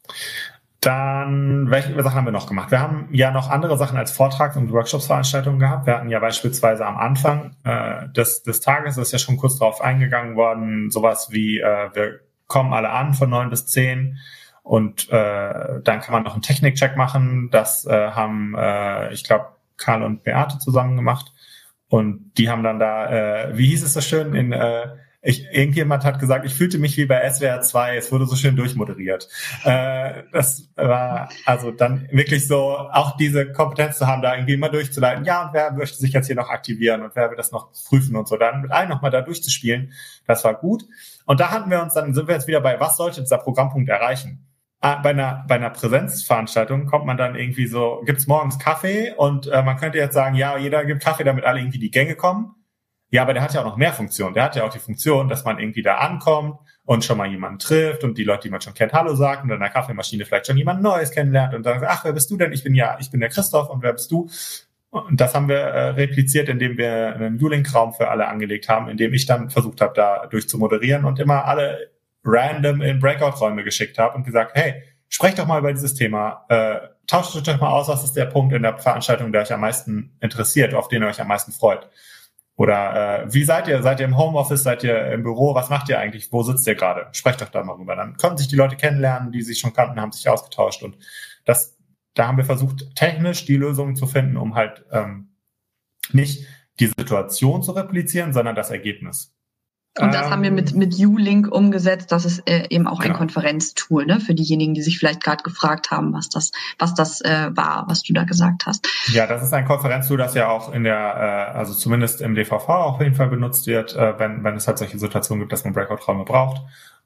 Dann, welche Sachen haben wir noch gemacht? Wir haben ja noch andere Sachen als Vortrags- und Workshops-Veranstaltungen gehabt. Wir hatten ja beispielsweise am Anfang äh, des, des Tages, das ist ja schon kurz darauf eingegangen worden, sowas wie, äh, wir kommen alle an von neun bis zehn. Und äh, dann kann man noch einen Technikcheck machen. Das äh, haben, äh, ich glaube, Karl und Beate zusammen gemacht. Und die haben dann da, äh, wie hieß es so schön, in äh, ich, irgendjemand hat gesagt, ich fühlte mich wie bei S W R zwei, es wurde so schön durchmoderiert. Äh, das war also dann wirklich so, auch diese Kompetenz zu haben, da irgendwie immer durchzuleiten. Ja, und wer möchte sich jetzt hier noch aktivieren und wer will das noch prüfen und so. Dann mit allen nochmal da durchzuspielen, das war gut. Und da hatten wir uns, dann sind wir jetzt wieder bei, was sollte dieser Programmpunkt erreichen? bei einer, bei einer Präsenzveranstaltung kommt man dann irgendwie so, gibt's morgens Kaffee und äh, man könnte jetzt sagen, ja, jeder gibt Kaffee, damit alle irgendwie die Gänge kommen. Ja, aber der hat ja auch noch mehr Funktionen. Der hat ja auch die Funktion, dass man irgendwie da ankommt und schon mal jemanden trifft und die Leute, die man schon kennt, Hallo sagt und an der Kaffeemaschine vielleicht schon jemand Neues kennenlernt und dann sagt, ach, wer bist du denn? Ich bin ja, ich bin der Christoph und wer bist du? Und das haben wir äh, repliziert, indem wir einen U-Link-Raum für alle angelegt haben, indem ich dann versucht habe, da durch zu moderieren und immer alle random in Breakout-Räume geschickt habe und gesagt, hey, sprecht doch mal über dieses Thema, äh, tauscht euch doch mal aus, was ist der Punkt in der Veranstaltung, der euch am meisten interessiert, auf den ihr euch am meisten freut. Oder äh, wie seid ihr? Seid ihr im Homeoffice? Seid ihr im Büro? Was macht ihr eigentlich? Wo sitzt ihr gerade? Sprecht doch da mal rüber. Dann konnten sich die Leute kennenlernen, die sich schon kannten, haben sich ausgetauscht. Und das, da haben wir versucht, technisch die Lösungen zu finden, um halt ähm, nicht die Situation zu replizieren, sondern das Ergebnis. Und das ähm, haben wir mit mit U-Link umgesetzt. Das ist äh, eben auch genau. ein Konferenztool, ne, für diejenigen, die sich vielleicht gerade gefragt haben, was das was das äh, war, was du da gesagt hast. Ja, das ist ein Konferenztool, das ja auch in der, äh, also zumindest im D V V auf jeden Fall benutzt wird, äh, wenn wenn es halt solche Situationen gibt, dass man Breakout-Räume braucht.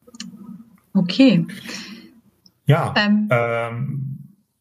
Okay. Ja. Ähm, ähm,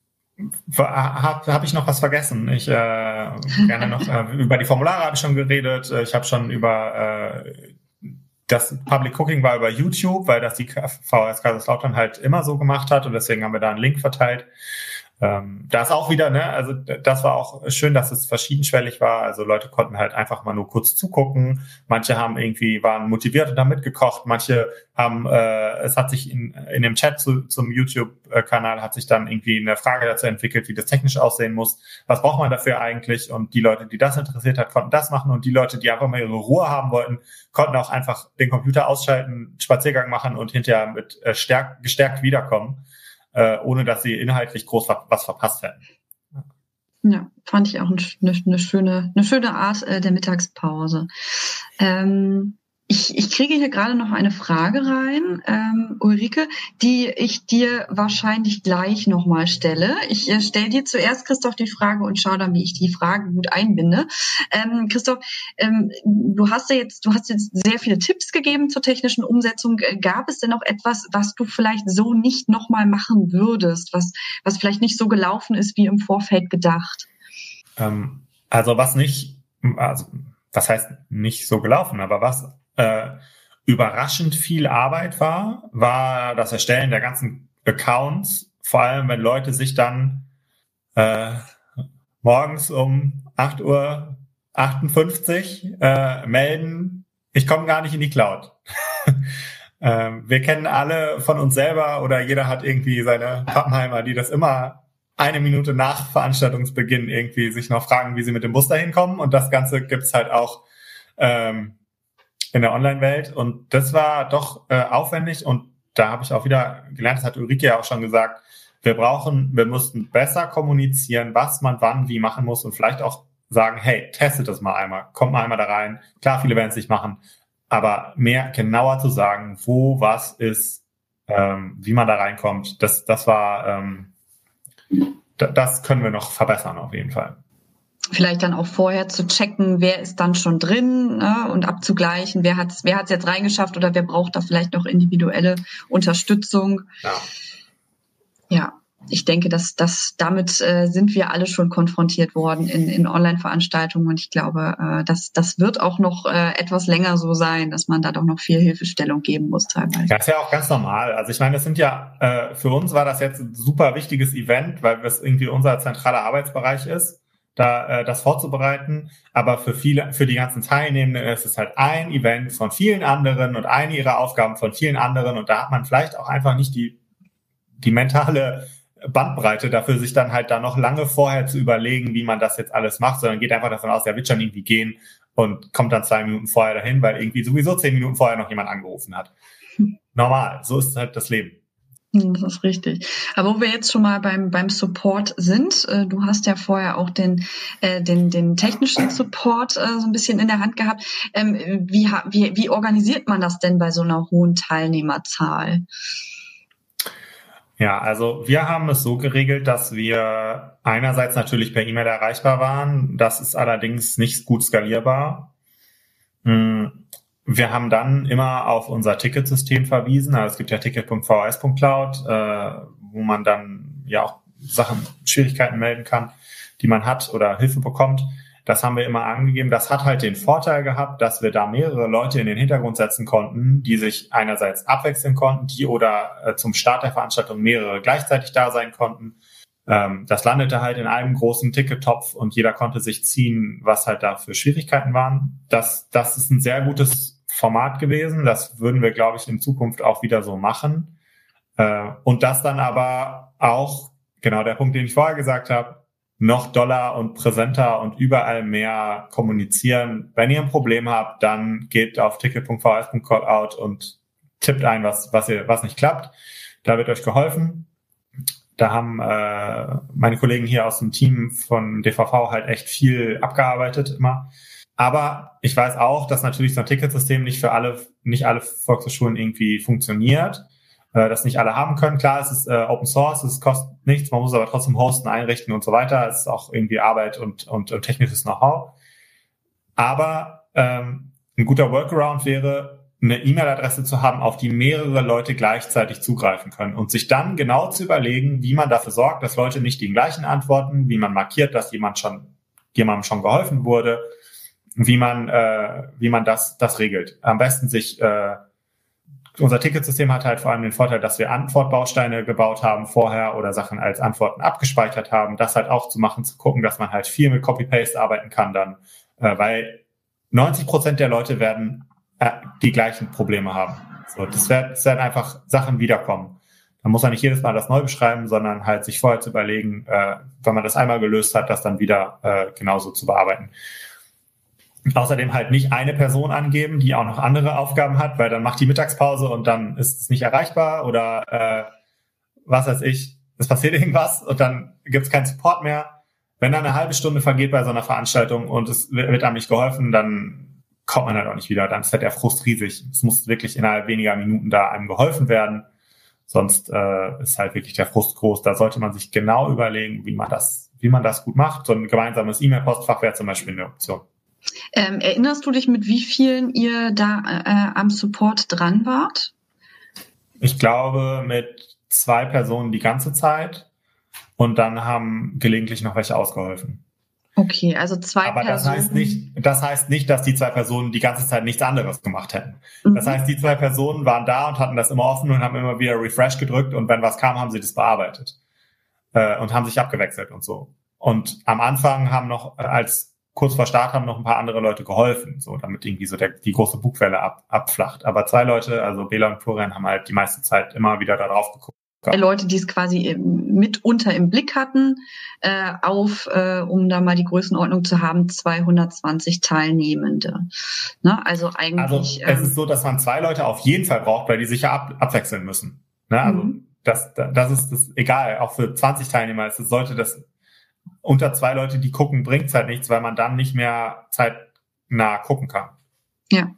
Habe hab ich noch was vergessen? Ich äh, gerne noch äh, über die Formulare habe ich schon geredet. Ich habe schon über äh, das Public Cooking war über YouTube, weil das die V H S Kaiserslautern halt immer so gemacht hat und deswegen haben wir da einen Link verteilt. Ähm, da ist auch wieder, ne, also das war auch schön, dass es verschiedenschwellig war. Also Leute konnten halt einfach mal nur kurz zugucken. Manche haben irgendwie, waren motiviert und haben mitgekocht. Manche haben, äh, es hat sich in, in dem Chat zu, zum YouTube-Kanal hat sich dann irgendwie eine Frage dazu entwickelt, wie das technisch aussehen muss. Was braucht man dafür eigentlich? Und die Leute, die das interessiert hat, konnten das machen. Und die Leute, die einfach mal ihre Ruhe haben wollten, konnten auch einfach den Computer ausschalten, Spaziergang machen und hinterher mit äh, stärk, gestärkt wiederkommen. Äh, ohne dass sie inhaltlich groß was verpasst hätten. Ja, fand ich auch eine, eine schöne, eine schöne Art äh, der Mittagspause. Ähm, ich, ich kriege hier gerade noch eine Frage rein, ähm, Ulrike, die ich dir wahrscheinlich gleich nochmal stelle. Ich äh, stelle dir zuerst, Christoph, die Frage und schaue dann, wie ich die Frage gut einbinde. Ähm, Christoph, ähm, du hast ja jetzt, du hast jetzt sehr viele Tipps gegeben zur technischen Umsetzung. Gab es denn noch etwas, was du vielleicht so nicht nochmal machen würdest, was, was vielleicht nicht so gelaufen ist, wie im Vorfeld gedacht? Ähm, also was nicht, also was heißt nicht so gelaufen, aber was äh, überraschend viel Arbeit war, war das Erstellen der ganzen Accounts, vor allem wenn Leute sich dann äh, morgens um acht Uhr achtundfünfzig äh, melden, ich komme gar nicht in die Cloud. ähm, wir kennen alle von uns selber oder jeder hat irgendwie seine Pappenheimer, die das immer eine Minute nach Veranstaltungsbeginn irgendwie sich noch fragen, wie sie mit dem Bus dahin kommen. Und das Ganze gibt's halt auch ähm, in der Online-Welt. Und das war doch äh, aufwendig. Und da habe ich auch wieder gelernt, das hat Ulrike ja auch schon gesagt, wir brauchen, wir mussten besser kommunizieren, was man wann wie machen muss und vielleicht auch sagen, hey, testet das mal einmal, kommt mal einmal da rein. Klar, viele werden es nicht machen, aber mehr genauer zu sagen, wo was ist, ähm, wie man da reinkommt, das, das war, ähm, das können wir noch verbessern auf jeden Fall. Vielleicht dann auch vorher zu checken, wer ist dann schon drin, ne, und abzugleichen, wer hat's, wer hat's jetzt reingeschafft oder wer braucht da vielleicht noch individuelle Unterstützung. Ja, ja ich denke, dass, dass damit äh, sind wir alle schon konfrontiert worden in, in Online-Veranstaltungen und ich glaube, äh, dass das wird auch noch äh, etwas länger so sein, dass man da doch noch viel Hilfestellung geben muss teilweise. Das ist ja auch ganz normal. Also ich meine, das sind ja, äh, für uns war das jetzt ein super wichtiges Event, weil das irgendwie unser zentraler Arbeitsbereich ist, da äh, das vorzubereiten. Aber für viele, für die ganzen Teilnehmenden ist es halt ein Event von vielen anderen und eine ihrer Aufgaben von vielen anderen und da hat man vielleicht auch einfach nicht die die mentale Bandbreite dafür, sich dann halt da noch lange vorher zu überlegen, wie man das jetzt alles macht, sondern geht einfach davon aus, der wird schon irgendwie gehen und kommt dann zwei Minuten vorher dahin, weil irgendwie sowieso zehn Minuten vorher noch jemand angerufen hat. Normal, so ist halt das Leben. Das ist richtig. Aber wo wir jetzt schon mal beim beim Support sind, äh, du hast ja vorher auch den äh, den den technischen Support äh, so ein bisschen in der Hand gehabt. Ähm, wie wie wie organisiert man das denn bei so einer hohen Teilnehmerzahl? Ja, also wir haben es so geregelt, dass wir einerseits natürlich per E-Mail erreichbar waren. Das ist allerdings nicht gut skalierbar. Wir haben dann immer auf unser Ticketsystem verwiesen. Also es gibt ja ticket punkt v h s punkt cloud, wo man dann ja auch Sachen, Schwierigkeiten melden kann, die man hat oder Hilfe bekommt. Das haben wir immer angegeben. Das hat halt den Vorteil gehabt, dass wir da mehrere Leute in den Hintergrund setzen konnten, die sich einerseits abwechseln konnten, die oder äh, zum Start der Veranstaltung mehrere gleichzeitig da sein konnten. Ähm, das landete halt in einem großen Tickettopf und jeder konnte sich ziehen, was halt da für Schwierigkeiten waren. Das, das ist ein sehr gutes Format gewesen. Das würden wir, glaube ich, in Zukunft auch wieder so machen. Äh, und das dann aber auch, genau der Punkt, den ich vorher gesagt habe, noch doller und präsenter und überall mehr kommunizieren. Wenn ihr ein Problem habt, dann geht auf ticket punkt v s punkt callout und tippt ein, was, was, ihr, was nicht klappt. Da wird euch geholfen. Da haben äh, meine Kollegen hier aus dem Team von D V V halt echt viel abgearbeitet immer. Aber ich weiß auch, dass natürlich so ein Ticketsystem nicht für alle, nicht alle Volkshochschulen irgendwie funktioniert. Das nicht alle haben können. Klar, es ist äh, Open Source, es kostet nichts, man muss aber trotzdem hosten, einrichten und so weiter. Es ist auch irgendwie Arbeit und, und, und technisches Know-how. Aber ähm, ein guter Workaround wäre, eine E-Mail-Adresse zu haben, auf die mehrere Leute gleichzeitig zugreifen können und sich dann genau zu überlegen, wie man dafür sorgt, dass Leute nicht die gleichen antworten, wie man markiert, dass jemand schon jemandem schon geholfen wurde, wie man äh, wie man das das regelt. Am besten sich äh, Unser Ticketsystem hat halt vor allem den Vorteil, dass wir Antwortbausteine gebaut haben vorher oder Sachen als Antworten abgespeichert haben. Das halt auch zu machen, zu gucken, dass man halt viel mit Copy-Paste arbeiten kann dann, äh, weil neunzig Prozent der Leute werden äh, die gleichen Probleme haben. So, das, wird, das werden einfach Sachen wiederkommen. Da muss man nicht jedes Mal das neu beschreiben, sondern halt sich vorher zu überlegen, äh, wenn man das einmal gelöst hat, das dann wieder äh, genauso zu bearbeiten. Außerdem halt nicht eine Person angeben, die auch noch andere Aufgaben hat, weil dann macht die Mittagspause und dann ist es nicht erreichbar oder äh, was weiß ich, es passiert irgendwas und dann gibt es keinen Support mehr. Wenn dann eine halbe Stunde vergeht bei so einer Veranstaltung und es wird einem nicht geholfen, dann kommt man halt auch nicht wieder. Dann ist halt der Frust riesig. Es muss wirklich innerhalb weniger Minuten da einem geholfen werden. Sonst äh, ist halt wirklich der Frust groß. Da sollte man sich genau überlegen, wie man das, wie man das gut macht. So ein gemeinsames E-Mail-Postfach wäre zum Beispiel eine Option. Ähm, erinnerst du dich, mit wie vielen ihr da äh, am Support dran wart? Ich glaube, mit zwei Personen die ganze Zeit und dann haben gelegentlich noch welche ausgeholfen. Okay, also zwei Aber Personen. das heißt nicht, das heißt nicht, dass die zwei Personen die ganze Zeit nichts anderes gemacht hätten. Mhm. Das heißt, die zwei Personen waren da und hatten das immer offen und haben immer wieder Refresh gedrückt und wenn was kam, haben sie das bearbeitet äh, und haben sich abgewechselt und so. Und am Anfang haben noch äh, als kurz vor Start haben noch ein paar andere Leute geholfen, so damit irgendwie so der, die große Bugwelle ab, abflacht. Aber zwei Leute, also Bela und Florian, haben halt die meiste Zeit immer wieder da drauf geguckt. Leute, die es quasi mitunter im Blick hatten, äh, auf, äh, um da mal die Größenordnung zu haben, zweihundertzwanzig Teilnehmende. Ne? Also eigentlich. Also es ähm, ist so, dass man zwei Leute auf jeden Fall braucht, weil die sich ja ab, abwechseln müssen. Ne? Also mhm. das, das ist das egal. Auch für zwanzig Teilnehmer ist es, sollte das unter zwei Leute, die gucken, bringt es halt nichts, weil man dann nicht mehr zeitnah gucken kann. Ja.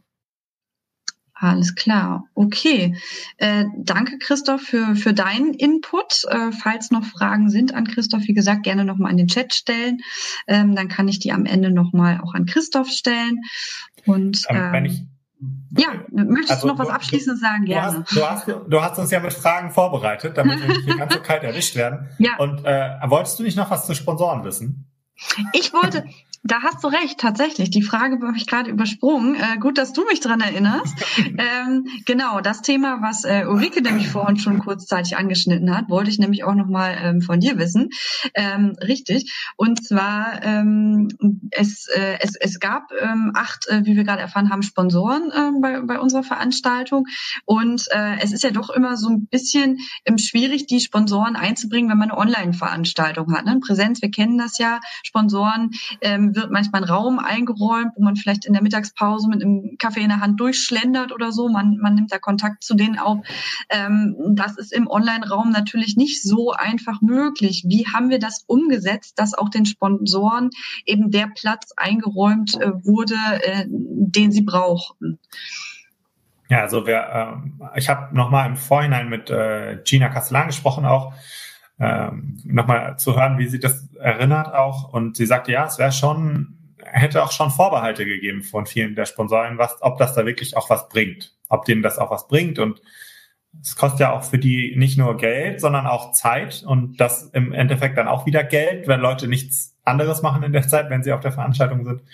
Alles klar. Okay. Äh, danke, Christoph, für, für deinen Input. Äh, falls noch Fragen sind an Christoph, wie gesagt, gerne nochmal in den Chat stellen. Ähm, dann kann ich die am Ende nochmal auch an Christoph stellen. Und ähm, ähm, wenn ich ja, möchtest also, du noch was Abschließendes sagen? Gerne. Du hast, du, hast, du hast uns ja mit Fragen vorbereitet, damit wir nicht hier ganz so kalt erwischt werden. Ja. Und äh, wolltest du nicht noch was zu Sponsoren wissen? Ich wollte, da hast du recht, tatsächlich. Die Frage habe ich gerade übersprungen. Äh, gut, dass du mich dran erinnerst. ähm, genau, das Thema, was äh, Ulrike nämlich vorhin schon kurzzeitig angeschnitten hat, wollte ich nämlich auch nochmal ähm, von dir wissen. Ähm, richtig. Und zwar, ähm, es, äh, es, es gab ähm, acht, äh, wie wir gerade erfahren haben, Sponsoren äh, bei, bei unserer Veranstaltung. Und äh, es ist ja doch immer so ein bisschen ähm, schwierig, die Sponsoren einzubringen, wenn man eine Online-Veranstaltung hat. Ne? Präsenz, wir kennen das ja. Sponsoren ähm, wird manchmal ein Raum eingeräumt, wo man vielleicht in der Mittagspause mit einem Kaffee in der Hand durchschlendert oder so. Man, man nimmt da Kontakt zu denen auf. Ähm, das ist im Online-Raum natürlich nicht so einfach möglich. Wie haben wir das umgesetzt, dass auch den Sponsoren eben der Platz eingeräumt äh, wurde, äh, den sie brauchten? Ja, also wir, ähm, ich habe nochmal im Vorhinein mit äh, Gina Castellan gesprochen auch, ähm, nochmal zu hören, wie sie das erinnert auch. Und sie sagte, ja, es wäre schon, hätte auch schon Vorbehalte gegeben von vielen der Sponsoren, was, ob das da wirklich auch was bringt, ob denen das auch was bringt. Und es kostet ja auch für die nicht nur Geld, sondern auch Zeit und das im Endeffekt dann auch wieder Geld, wenn Leute nichts anderes machen in der Zeit, wenn sie auf der Veranstaltung sind.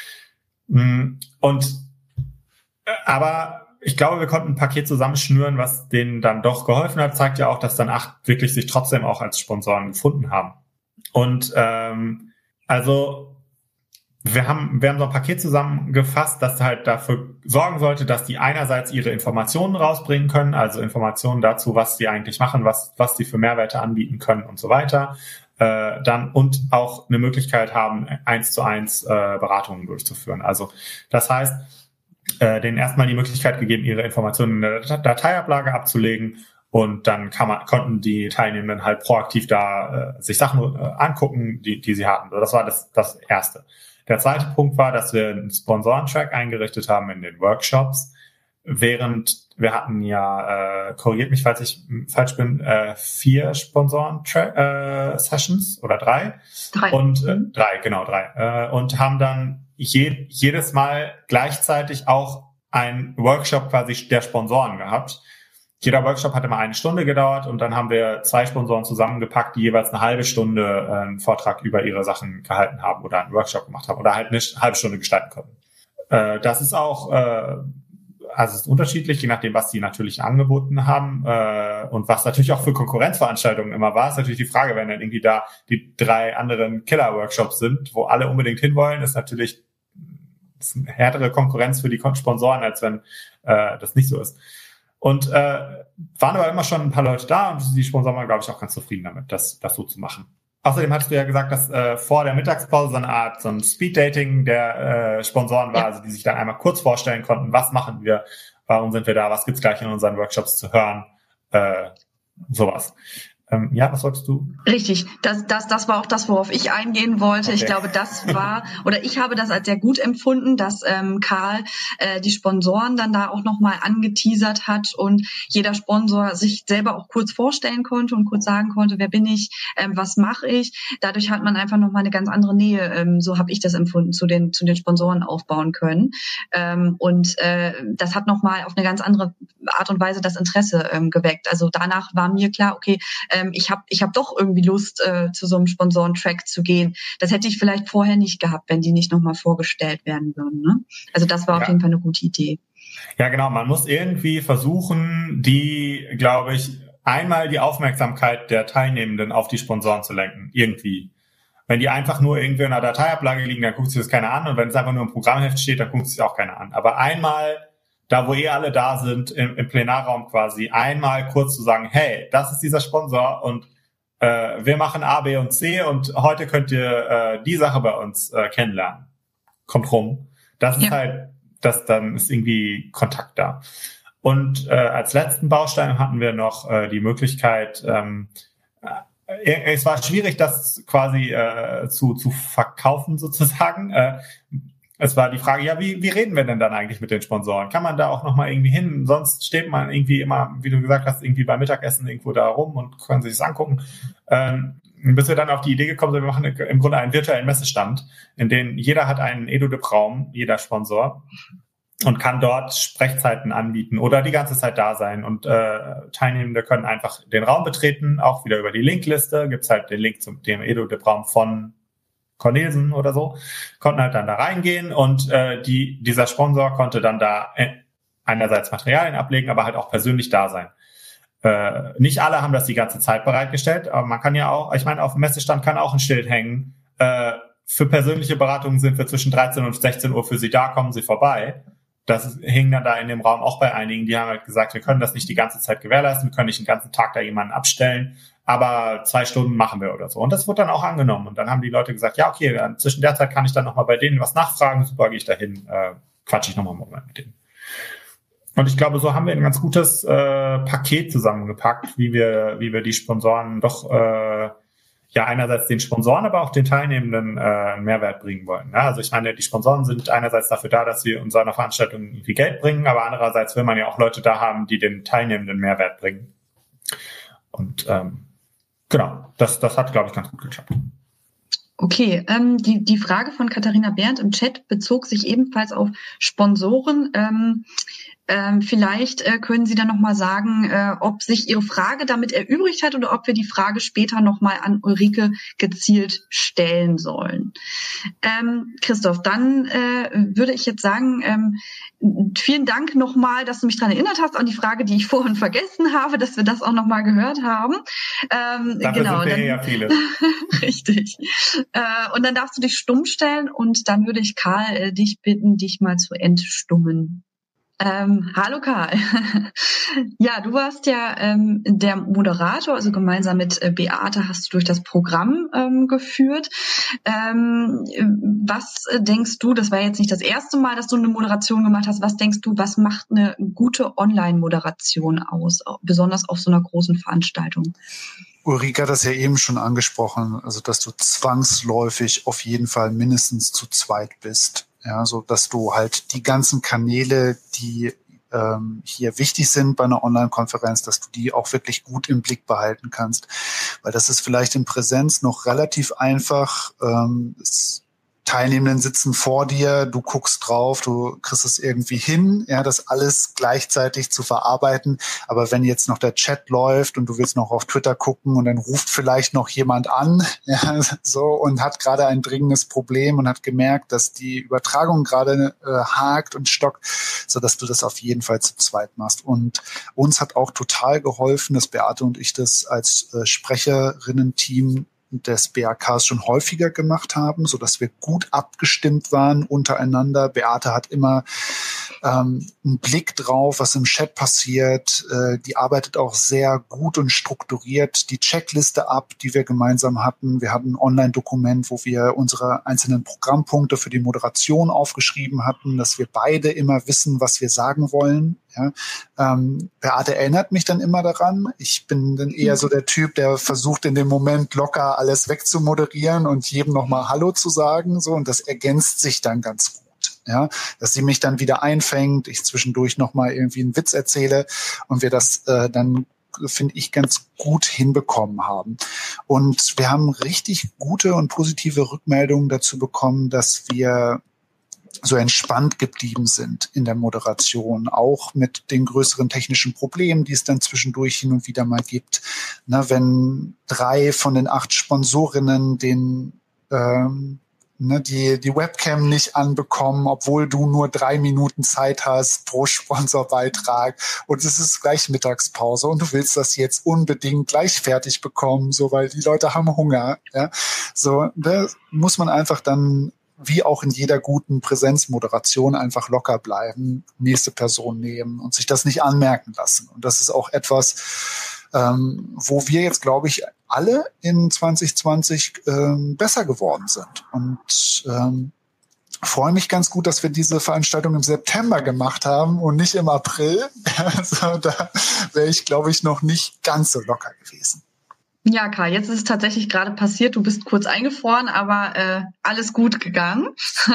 Und aber ich glaube, wir konnten ein Paket zusammenschnüren, was denen dann doch geholfen hat. Zeigt ja auch, dass dann acht wirklich sich trotzdem auch als Sponsoren gefunden haben. Und ähm, also wir haben wir haben so ein Paket zusammengefasst, das halt dafür sorgen sollte, dass die einerseits ihre Informationen rausbringen können, also Informationen dazu, was sie eigentlich machen, was was sie für Mehrwerte anbieten können und so weiter. Äh, dann und auch eine Möglichkeit haben, eins zu eins äh, Beratungen durchzuführen. Also das heißt, äh, denen erstmal die Möglichkeit gegeben, ihre Informationen in der Dateiablage abzulegen und dann kann man, konnten die Teilnehmenden halt proaktiv da äh, sich Sachen äh, angucken, die, die sie hatten. Also das war das, das Erste. Der zweite Punkt war, dass wir einen Sponsoren-Track eingerichtet haben in den Workshops, während wir hatten ja, äh, korrigiert mich, falls ich falsch bin, äh, vier Sponsoren-Sessions äh, oder drei. Drei. Und äh, drei, genau, drei. Äh, und haben dann je, jedes Mal gleichzeitig auch einen Workshop quasi der Sponsoren gehabt. Jeder Workshop hat immer eine Stunde gedauert und dann haben wir zwei Sponsoren zusammengepackt, die jeweils eine halbe Stunde äh, einen Vortrag über ihre Sachen gehalten haben oder einen Workshop gemacht haben oder halt eine halbe Stunde gestalten konnten. Äh, das ist auch, äh, also es ist unterschiedlich, je nachdem, was sie natürlich angeboten haben äh, und was natürlich auch für Konkurrenzveranstaltungen immer war, ist natürlich die Frage, wenn dann irgendwie da die drei anderen Killer-Workshops sind, wo alle unbedingt hinwollen, ist natürlich ist eine härtere Konkurrenz für die Sponsoren, als wenn äh, das nicht so ist. Und äh, waren aber immer schon ein paar Leute da und die Sponsoren waren, glaube ich, auch ganz zufrieden damit, das, das so zu machen. Außerdem hattest du ja gesagt, dass äh, vor der Mittagspause so eine Art so ein Speed-Dating der äh, Sponsoren war, ja. Also die sich dann einmal kurz vorstellen konnten, was machen wir, warum sind wir da, was gibt's gleich in unseren Workshops zu hören, äh, sowas. Ähm, ja, was wolltest du? Richtig, das, das, das war auch das, worauf ich eingehen wollte. Okay. Ich glaube, das war, oder ich habe das als sehr gut empfunden, dass ähm, Karl äh, die Sponsoren dann da auch nochmal angeteasert hat und jeder Sponsor sich selber auch kurz vorstellen konnte und kurz sagen konnte, wer bin ich, ähm, was mache ich. Dadurch hat man einfach nochmal eine ganz andere Nähe, ähm, so habe ich das empfunden, zu den, zu den Sponsoren aufbauen können. Ähm, und äh, das hat nochmal auf eine ganz andere Art und Weise das Interesse ähm, geweckt. Also danach war mir klar, okay, ähm, ich habe ich hab doch irgendwie Lust, äh, zu so einem Sponsoren-Track zu gehen. Das hätte ich vielleicht vorher nicht gehabt, wenn die nicht nochmal vorgestellt werden würden. Ne? Also das war ja auf jeden Fall eine gute Idee. Ja, genau. Man muss irgendwie versuchen, die, glaube ich, einmal die Aufmerksamkeit der Teilnehmenden auf die Sponsoren zu lenken. Irgendwie. Wenn die einfach nur irgendwie in einer Dateiablage liegen, dann guckt sich das keiner an. Und wenn es einfach nur im Programmheft steht, dann guckt sich auch keiner an. Aber einmal, da wo eh alle da sind, im, im Plenarraum quasi, einmal kurz zu sagen, hey, das ist dieser Sponsor und äh, wir machen A, B und C und heute könnt ihr äh, die Sache bei uns äh, kennenlernen. Kommt rum. Das ist ja. halt, das dann ist irgendwie Kontakt da. Und äh, als letzten Baustein hatten wir noch äh, die Möglichkeit, ähm, äh, es war schwierig, das quasi äh, zu, zu verkaufen sozusagen. Äh, Es war die Frage, ja, wie, wie reden wir denn dann eigentlich mit den Sponsoren? Kann man da auch nochmal irgendwie hin? Sonst steht man irgendwie immer, wie du gesagt hast, irgendwie beim Mittagessen irgendwo da rum und können sich das angucken. Ähm, bis wir dann auf die Idee gekommen sind, wir machen im Grunde einen virtuellen Messestand, in dem jeder hat einen EduDip-Raum, jeder Sponsor, und kann dort Sprechzeiten anbieten oder die ganze Zeit da sein. Und äh, Teilnehmende können einfach den Raum betreten, auch wieder über die Linkliste. Gibt's halt den Link zum dem EduDip-Raum von Cornelsen oder so, konnten halt dann da reingehen und äh, die dieser Sponsor konnte dann da äh, einerseits Materialien ablegen, aber halt auch persönlich da sein. Äh, nicht alle haben das die ganze Zeit bereitgestellt, aber man kann ja auch, ich meine, auf dem Messestand kann auch ein Schild hängen, äh, für persönliche Beratungen sind wir zwischen dreizehn und sechzehn Uhr für Sie da, kommen Sie vorbei. Das hing dann da in dem Raum auch bei einigen, die haben halt gesagt, wir können das nicht die ganze Zeit gewährleisten, wir können nicht den ganzen Tag da jemanden abstellen, aber zwei Stunden machen wir oder so. Und das wurde dann auch angenommen. Und dann haben die Leute gesagt, ja, okay, dann zwischen der Zeit kann ich dann nochmal bei denen was nachfragen. Super, gehe ich dahin, äh, quatsche ich nochmal mit denen. Und ich glaube, so haben wir ein ganz gutes äh, Paket zusammengepackt, wie wir wie wir die Sponsoren doch äh, ja einerseits den Sponsoren, aber auch den Teilnehmenden äh, einen Mehrwert bringen wollen. Ja, also ich meine, die Sponsoren sind einerseits dafür da, dass sie uns einer Veranstaltung irgendwie Geld bringen, aber andererseits will man ja auch Leute da haben, die den Teilnehmenden Mehrwert bringen. Und ähm, genau, das, das hat, glaube ich, ganz gut geklappt. Okay, ähm, die, die Frage von Katharina Berndt im Chat bezog sich ebenfalls auf Sponsoren. Ähm, Ähm, vielleicht äh, können Sie dann nochmal sagen, äh, ob sich Ihre Frage damit erübrigt hat oder ob wir die Frage später nochmal an Ulrike gezielt stellen sollen. Ähm, Christoph, dann äh, würde ich jetzt sagen, ähm, vielen Dank nochmal, dass du mich daran erinnert hast an die Frage, die ich vorhin vergessen habe, dass wir das auch nochmal gehört haben. Ähm, Dafür genau, sind wir dann, ja viele. Richtig. Äh, und dann darfst du dich stumm stellen und dann würde ich Karl äh, dich bitten, dich mal zu entstummen. Ähm, hallo Karl. Ja, du warst ja ähm, der Moderator, also gemeinsam mit äh, Beate hast du durch das Programm ähm, geführt. Ähm, was äh, denkst du, das war jetzt nicht das erste Mal, dass du eine Moderation gemacht hast, was denkst du, was macht eine gute Online-Moderation aus, besonders auf so einer großen Veranstaltung? Ulrike hat das ja eben schon angesprochen, also dass du zwangsläufig auf jeden Fall mindestens zu zweit bist. Ja, so dass du halt die ganzen Kanäle, die ähm, hier wichtig sind bei einer Online-Konferenz, dass du die auch wirklich gut im Blick behalten kannst. Weil das ist vielleicht in Präsenz noch relativ einfach. Ähm, es, Teilnehmenden sitzen vor dir, du guckst drauf, du kriegst es irgendwie hin, ja, das alles gleichzeitig zu verarbeiten. Aber wenn jetzt noch der Chat läuft und du willst noch auf Twitter gucken und dann ruft vielleicht noch jemand an, ja, so, und hat gerade ein dringendes Problem und hat gemerkt, dass die Übertragung gerade äh, hakt und stockt, so dass du das auf jeden Fall zu zweit machst. Und uns hat auch total geholfen, dass Beate und ich das als äh, Sprecherinnen-Team des B A Ks schon häufiger gemacht haben, so dass wir gut abgestimmt waren untereinander. Beate hat immer ähm, einen Blick drauf, was im Chat passiert. Äh, die arbeitet auch sehr gut und strukturiert die Checkliste ab, die wir gemeinsam hatten. Wir hatten ein Online-Dokument, wo wir unsere einzelnen Programmpunkte für die Moderation aufgeschrieben hatten, dass wir beide immer wissen, was wir sagen wollen. Ja, ähm, Beate erinnert mich dann immer daran. Ich bin dann eher so der Typ, der versucht in dem Moment locker alles wegzumoderieren und jedem nochmal Hallo zu sagen. So, und das ergänzt sich dann ganz gut. Ja, dass sie mich dann wieder einfängt, ich zwischendurch nochmal irgendwie einen Witz erzähle und wir das äh, dann, finde ich, ganz gut hinbekommen haben. Und wir haben richtig gute und positive Rückmeldungen dazu bekommen, dass wir so entspannt geblieben sind in der Moderation, auch mit den größeren technischen Problemen, die es dann zwischendurch hin und wieder mal gibt. Na, wenn drei von den acht Sponsorinnen den ähm, ne, die die Webcam nicht anbekommen, obwohl du nur drei Minuten Zeit hast pro Sponsorbeitrag und es ist gleich Mittagspause und du willst das jetzt unbedingt gleich fertig bekommen, so weil die Leute haben Hunger. Ja, so da muss man einfach dann wie auch in jeder guten Präsenzmoderation einfach locker bleiben, nächste Person nehmen und sich das nicht anmerken lassen. Und das ist auch etwas, ähm, wo wir jetzt, glaube ich, alle in zwanzig zwanzig ähm, besser geworden sind. Und ähm, freue mich ganz gut, dass wir diese Veranstaltung im September gemacht haben und nicht im April. Also da wäre ich, glaube ich, noch nicht ganz so locker gewesen. Ja, Karl, jetzt ist es tatsächlich gerade passiert. Du bist kurz eingefroren, aber äh, alles gut gegangen.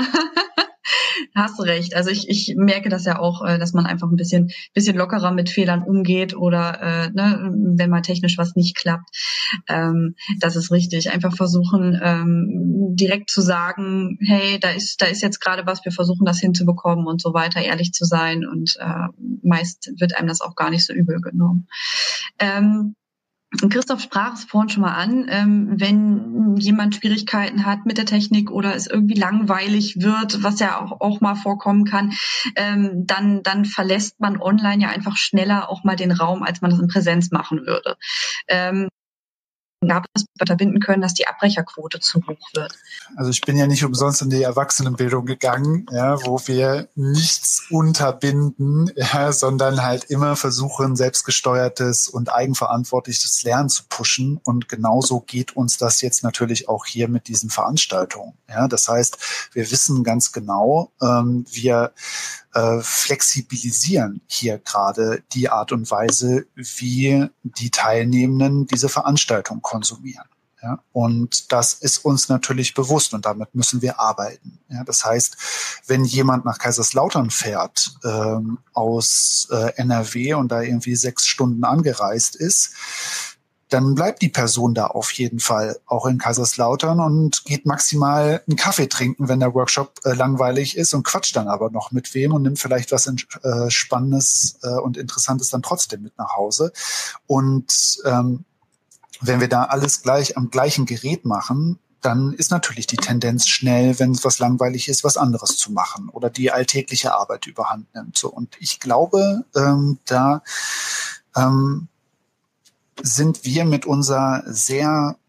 Hast du recht. Also ich, ich merke das ja auch, äh, dass man einfach ein bisschen bisschen lockerer mit Fehlern umgeht oder äh, ne, wenn mal technisch was nicht klappt. Ähm, das ist richtig. Einfach versuchen, ähm, direkt zu sagen, hey, da ist da ist jetzt gerade was, wir versuchen das hinzubekommen und so weiter, ehrlich zu sein. Und äh, meist wird einem das auch gar nicht so übel genommen. Ähm, Christoph sprach es vorhin schon mal an, ähm, wenn jemand Schwierigkeiten hat mit der Technik oder es irgendwie langweilig wird, was ja auch, auch mal vorkommen kann, ähm, dann, dann verlässt man online ja einfach schneller auch mal den Raum, als man das in Präsenz machen würde. Ähm, gab es unterbinden können, dass die Abbrecherquote zu hoch wird? Also ich bin ja nicht umsonst in die Erwachsenenbildung gegangen, ja, wo wir nichts unterbinden, ja, sondern halt immer versuchen, selbstgesteuertes und eigenverantwortliches Lernen zu pushen. Und genauso geht uns das jetzt natürlich auch hier mit diesen Veranstaltungen. Ja, das heißt, wir wissen ganz genau, ähm, wir äh, flexibilisieren hier gerade die Art und Weise, wie die Teilnehmenden diese Veranstaltung konsumieren. Ja, und das ist uns natürlich bewusst und damit müssen wir arbeiten. Ja, das heißt, wenn jemand nach Kaiserslautern fährt ähm, aus äh, N R W und da irgendwie sechs Stunden angereist ist, dann bleibt die Person da auf jeden Fall auch in Kaiserslautern und geht maximal einen Kaffee trinken, wenn der Workshop äh, langweilig ist und quatscht dann aber noch mit wem und nimmt vielleicht was äh, Spannendes äh, und Interessantes dann trotzdem mit nach Hause. Und ähm, wenn wir da alles gleich am gleichen Gerät machen, dann ist natürlich die Tendenz schnell, wenn es was langweilig ist, was anderes zu machen oder die alltägliche Arbeit überhand nimmt. So, und ich glaube, ähm, da ähm, sind wir mit unserer sehr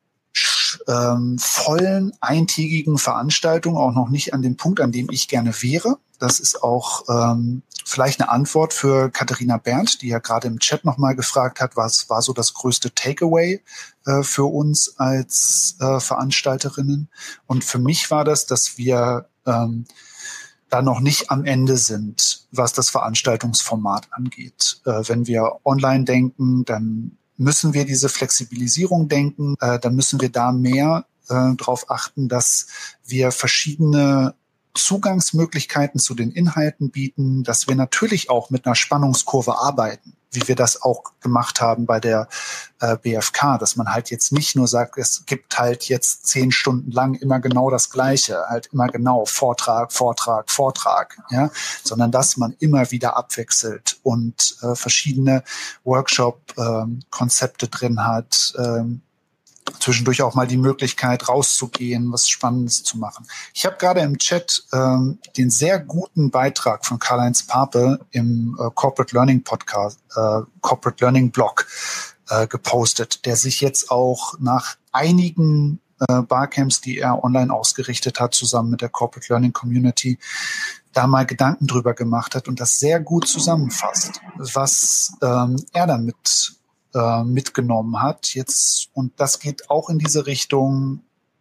ähm, vollen, eintägigen Veranstaltung auch noch nicht an dem Punkt, an dem ich gerne wäre. Das ist auch ähm, vielleicht eine Antwort für Katharina Berndt, die ja gerade im Chat nochmal gefragt hat, was war so das größte Takeaway äh, für uns als äh, Veranstalterinnen. Und für mich war das, dass wir ähm, da noch nicht am Ende sind, was das Veranstaltungsformat angeht. Äh, wenn wir online denken, dann müssen wir diese Flexibilisierung denken, äh, dann müssen wir da mehr äh, darauf achten, dass wir verschiedene Zugangsmöglichkeiten zu den Inhalten bieten, dass wir natürlich auch mit einer Spannungskurve arbeiten, wie wir das auch gemacht haben bei der äh, B F K, dass man halt jetzt nicht nur sagt, es gibt halt jetzt zehn Stunden lang immer genau das Gleiche, halt immer genau Vortrag, Vortrag, Vortrag, ja, sondern dass man immer wieder abwechselt und äh, verschiedene Workshop-Konzepte ähm, drin hat, ähm, zwischendurch auch mal die Möglichkeit rauszugehen, was Spannendes zu machen. Ich habe gerade im Chat ähm, den sehr guten Beitrag von Karl-Heinz Pape im äh, Corporate Learning Podcast, äh, Corporate Learning Blog äh, gepostet, der sich jetzt auch nach einigen äh, Barcamps, die er online ausgerichtet hat, zusammen mit der Corporate Learning Community, da mal Gedanken drüber gemacht hat und das sehr gut zusammenfasst, was ähm, er damit mitgenommen hat jetzt, und das geht auch in diese Richtung,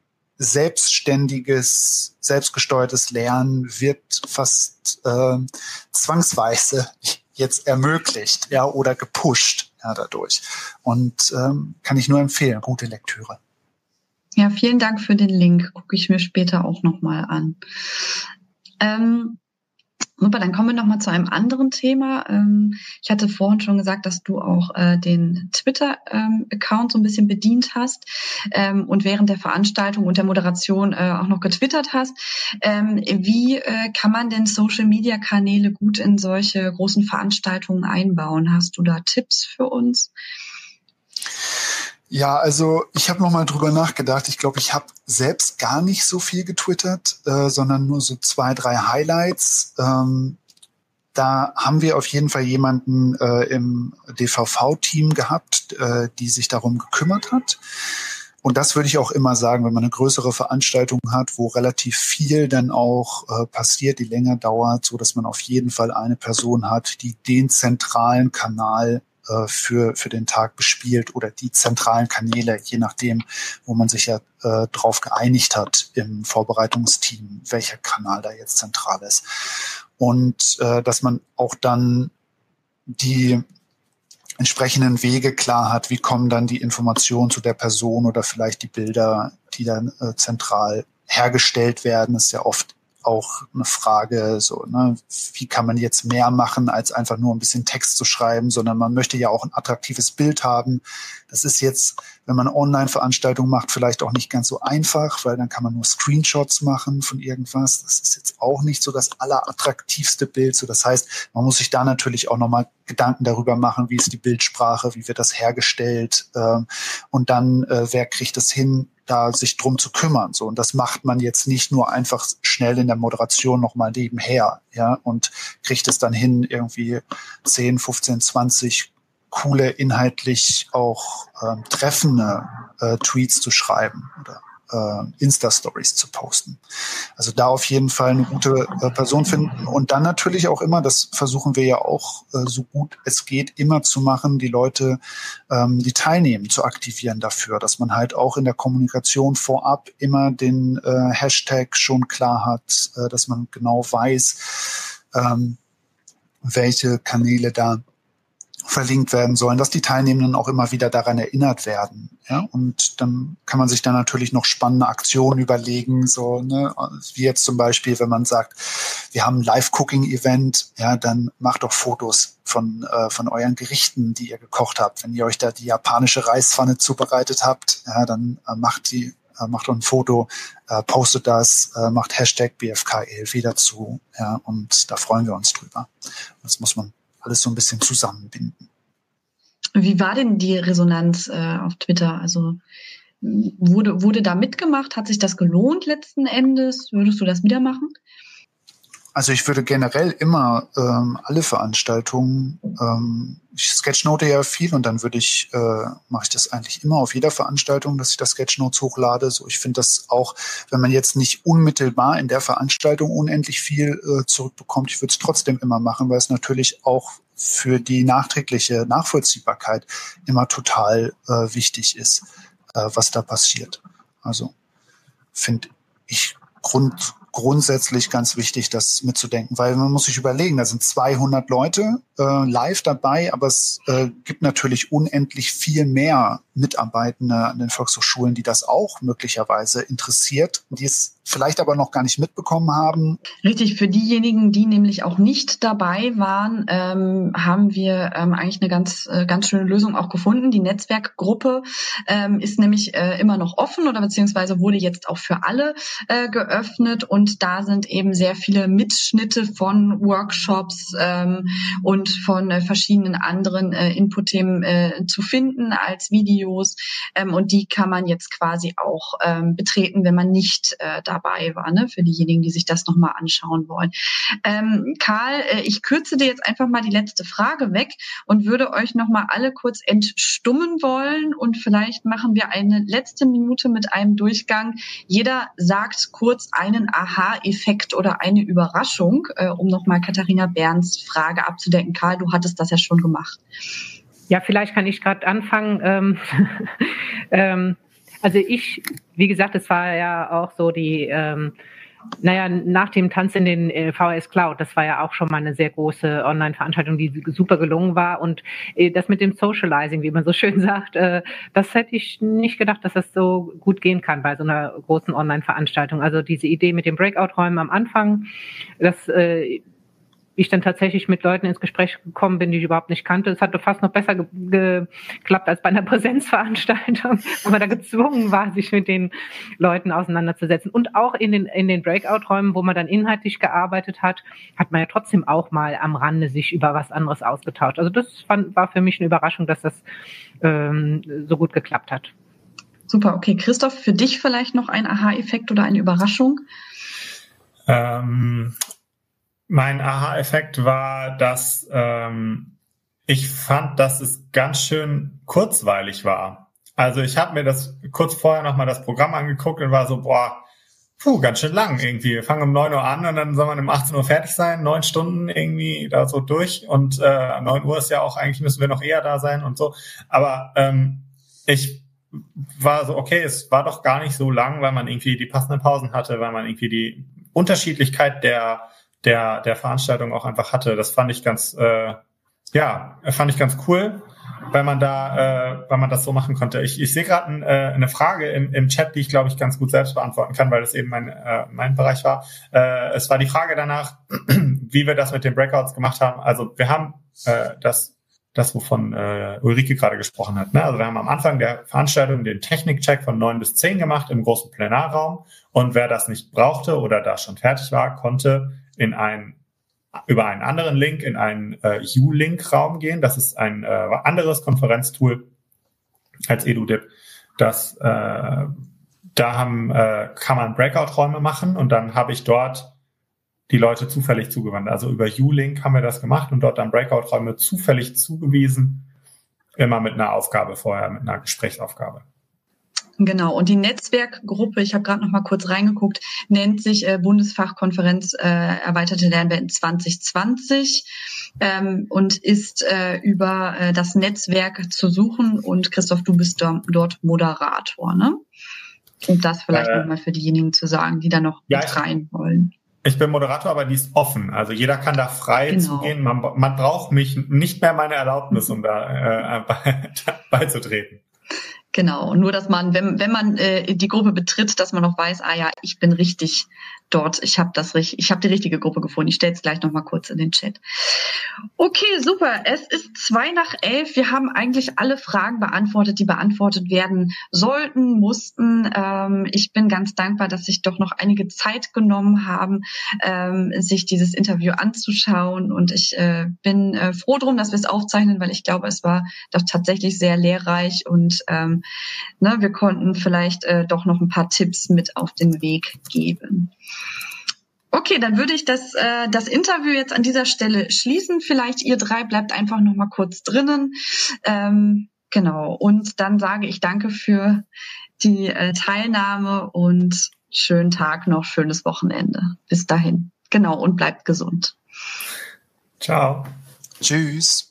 selbstständiges, selbstgesteuertes Lernen wird fast äh, zwangsweise jetzt ermöglicht, ja, oder gepusht, ja, dadurch. Und ähm, kann ich nur empfehlen, gute Lektüre. Ja, vielen Dank für den Link, gucke ich mir später auch nochmal an. Ähm, Super, dann kommen wir nochmal zu einem anderen Thema. Ich hatte vorhin schon gesagt, dass du auch den Twitter-Account so ein bisschen bedient hast und während der Veranstaltung und der Moderation auch noch getwittert hast. Wie kann man denn Social-Media-Kanäle gut in solche großen Veranstaltungen einbauen? Hast du da Tipps für uns? Ja, also ich habe noch mal drüber nachgedacht. Ich glaube, ich habe selbst gar nicht so viel getwittert, äh, sondern nur so zwei, drei Highlights. Ähm, da haben wir auf jeden Fall jemanden äh, im D V V-Team gehabt, äh, die sich darum gekümmert hat. Und das würde ich auch immer sagen, wenn man eine größere Veranstaltung hat, wo relativ viel dann auch äh, passiert, die länger dauert, so dass man auf jeden Fall eine Person hat, die den zentralen Kanal für für den Tag bespielt oder die zentralen Kanäle, je nachdem, wo man sich ja äh, drauf geeinigt hat im Vorbereitungsteam, welcher Kanal da jetzt zentral ist. Und äh, dass man auch dann die entsprechenden Wege klar hat, wie kommen dann die Informationen zu der Person oder vielleicht die Bilder, die dann äh, zentral hergestellt werden, ist ja oft auch eine Frage, so, ne, wie kann man jetzt mehr machen, als einfach nur ein bisschen Text zu schreiben, sondern man möchte ja auch ein attraktives Bild haben. Das ist jetzt, wenn man eine Online-Veranstaltung macht, vielleicht auch nicht ganz so einfach, weil dann kann man nur Screenshots machen von irgendwas. Das ist jetzt auch nicht so das allerattraktivste Bild. So, das heißt, man muss sich da natürlich auch nochmal Gedanken darüber machen, wie ist die Bildsprache, wie wird das hergestellt, ähm, und dann, äh, wer kriegt es hin, da sich drum zu kümmern. So, und das macht man jetzt nicht nur einfach schnell in der Moderation nochmal nebenher, ja, und kriegt es dann hin, irgendwie zehn, fünfzehn, zwanzig coole, inhaltlich auch ähm, treffende äh, Tweets zu schreiben oder äh, Insta-Stories zu posten. Also da auf jeden Fall eine gute äh, Person finden und dann natürlich auch immer, das versuchen wir ja auch äh, so gut es geht, immer zu machen, die Leute, ähm, die teilnehmen, zu aktivieren dafür, dass man halt auch in der Kommunikation vorab immer den äh, Hashtag schon klar hat, äh, dass man genau weiß, ähm, welche Kanäle da verlinkt werden sollen, dass die Teilnehmenden auch immer wieder daran erinnert werden. Ja, und dann kann man sich dann natürlich noch spannende Aktionen überlegen, so, ne, wie jetzt zum Beispiel, wenn man sagt, wir haben ein Live-Cooking-Event, ja, dann macht doch Fotos von, äh, von euren Gerichten, die ihr gekocht habt. Wenn ihr euch da die japanische Reispfanne zubereitet habt, ja, dann äh, macht die, äh, macht doch ein Foto, äh, postet das, äh, macht Hashtag B F K E L V dazu, ja, und da freuen wir uns drüber. Das muss man alles so ein bisschen zusammenbinden. Wie war denn die Resonanz äh, auf Twitter? Also wurde, wurde da mitgemacht? Hat sich das gelohnt letzten Endes? Würdest du das wieder machen? Also ich würde generell immer ähm, alle Veranstaltungen, ähm, ich sketchnote ja viel und dann würde ich, äh, mache ich das eigentlich immer auf jeder Veranstaltung, dass ich das Sketchnotes hochlade. So, ich finde das auch, wenn man jetzt nicht unmittelbar in der Veranstaltung unendlich viel äh, zurückbekommt, ich würde es trotzdem immer machen, weil es natürlich auch für die nachträgliche Nachvollziehbarkeit immer total äh, wichtig ist, äh, was da passiert. Also finde ich Grund grundsätzlich ganz wichtig, das mitzudenken, weil man muss sich überlegen, da sind zweihundert Leute äh, live dabei, aber es äh, gibt natürlich unendlich viel mehr Mitarbeitende an den Volkshochschulen, die das auch möglicherweise interessiert, die es vielleicht aber noch gar nicht mitbekommen haben. Richtig, für diejenigen, die nämlich auch nicht dabei waren, ähm, haben wir ähm, eigentlich eine ganz äh, ganz schöne Lösung auch gefunden. Die Netzwerkgruppe ähm, ist nämlich äh, immer noch offen oder beziehungsweise wurde jetzt auch für alle äh, geöffnet und da sind eben sehr viele Mitschnitte von Workshops ähm, und von äh, verschiedenen anderen äh, Input-Themen äh, zu finden als Videos ähm, und die kann man jetzt quasi auch ähm, betreten, wenn man nicht äh, dabei war, ne, für diejenigen, die sich das nochmal anschauen wollen. Ähm, Karl, äh, ich kürze dir jetzt einfach mal die letzte Frage weg und würde euch nochmal alle kurz entstummen wollen und vielleicht machen wir eine letzte Minute mit einem Durchgang. Jeder sagt kurz einen Aha-Effekt oder eine Überraschung, äh, um nochmal Katharina Bernds Frage abzudecken. Karl, du hattest das ja schon gemacht. Ja, vielleicht kann ich gerade anfangen. Ähm, ähm, Also ich, wie gesagt, es war ja auch so die, ähm, naja, nach dem Tanz in den äh, V H S Cloud, das war ja auch schon mal eine sehr große Online-Veranstaltung, die super gelungen war. Und äh, das mit dem Socializing, wie man so schön sagt, äh, das hätte ich nicht gedacht, dass das so gut gehen kann bei so einer großen Online-Veranstaltung. Also diese Idee mit den Breakout-Räumen am Anfang, das äh, ich dann tatsächlich mit Leuten ins Gespräch gekommen bin, die ich überhaupt nicht kannte. Es hat doch fast noch besser ge- geklappt als bei einer Präsenzveranstaltung, wo man da gezwungen war, sich mit den Leuten auseinanderzusetzen. Und auch in den, in den Breakout-Räumen, wo man dann inhaltlich gearbeitet hat, hat man ja trotzdem auch mal am Rande sich über was anderes ausgetauscht. Also das fand, war für mich eine Überraschung, dass das ähm, so gut geklappt hat. Super, okay. Christoph, für dich vielleicht noch ein Aha-Effekt oder eine Überraschung? Ähm... Mein Aha-Effekt war, dass ähm, ich fand, dass es ganz schön kurzweilig war. Also ich habe mir das kurz vorher nochmal das Programm angeguckt und war so, boah, puh, ganz schön lang irgendwie. Wir fangen um neun Uhr an und dann soll man um achtzehn Uhr fertig sein, neun Stunden irgendwie da so durch und äh, neun Uhr ist ja auch, eigentlich müssen wir noch eher da sein und so. Aber ähm, ich war so, okay, es war doch gar nicht so lang, weil man irgendwie die passenden Pausen hatte, weil man irgendwie die Unterschiedlichkeit der der der Veranstaltung auch einfach hatte. Das fand ich ganz äh, ja fand ich ganz cool, weil man da äh, weil man das so machen konnte. Ich ich sehe gerade ein, äh, eine Frage im im Chat, die ich glaube ich ganz gut selbst beantworten kann, weil das eben mein äh, mein Bereich war. Äh, es war die Frage danach, wie wir das mit den Breakouts gemacht haben. Also wir haben äh, das das wovon äh, Ulrike gerade gesprochen hat. Ne? Also wir haben am Anfang der Veranstaltung den Technikcheck von neun bis zehn gemacht im großen Plenarraum und wer das nicht brauchte oder da schon fertig war, konnte in einen, über einen anderen Link in einen äh, U-Link-Raum gehen. Das ist ein äh, anderes Konferenztool als EduDip. Das, äh, da haben, äh, kann man Breakout-Räume machen und dann habe ich dort die Leute zufällig zugewandt. Also über U-Link haben wir das gemacht und dort dann Breakout-Räume zufällig zugewiesen, immer mit einer Aufgabe vorher, mit einer Gesprächsaufgabe. Genau, und die Netzwerkgruppe, ich habe gerade noch mal kurz reingeguckt, nennt sich äh, Bundesfachkonferenz äh, Erweiterte Lernwelten zwanzig zwanzig ähm, und ist äh, über äh, das Netzwerk zu suchen. Und Christoph, du bist do- dort Moderator, ne? Und das vielleicht äh, nochmal für diejenigen zu sagen, die da noch ja, mit rein wollen. Ich bin Moderator, aber die ist offen. Also jeder kann da frei Genau. zugehen. Man, man braucht mich nicht mehr meine Erlaubnis, um da äh, bei, beizutreten. Genau, nur dass man, wenn wenn man äh, die Gruppe betritt, dass man auch weiß, ah ja, ich bin richtig dort, ich habe das richtig, ich habe die richtige Gruppe gefunden. Ich stelle es gleich noch mal kurz in den Chat. Okay, super. Es ist zwei nach elf. Wir haben eigentlich alle Fragen beantwortet, die beantwortet werden sollten, mussten. Ähm, ich bin ganz dankbar, dass sich doch noch einige Zeit genommen haben, ähm, sich dieses Interview anzuschauen. Und ich äh, bin äh, froh drum, dass wir es aufzeichnen, weil ich glaube, es war doch tatsächlich sehr lehrreich und ähm, ne, wir konnten vielleicht äh, doch noch ein paar Tipps mit auf den Weg geben. Okay, dann würde ich das, äh, das Interview jetzt an dieser Stelle schließen. Vielleicht ihr drei bleibt einfach noch mal kurz drinnen. Ähm, genau, und dann sage ich danke für die äh, Teilnahme und schönen Tag noch, schönes Wochenende. Bis dahin. Genau, und bleibt gesund. Ciao. Tschüss.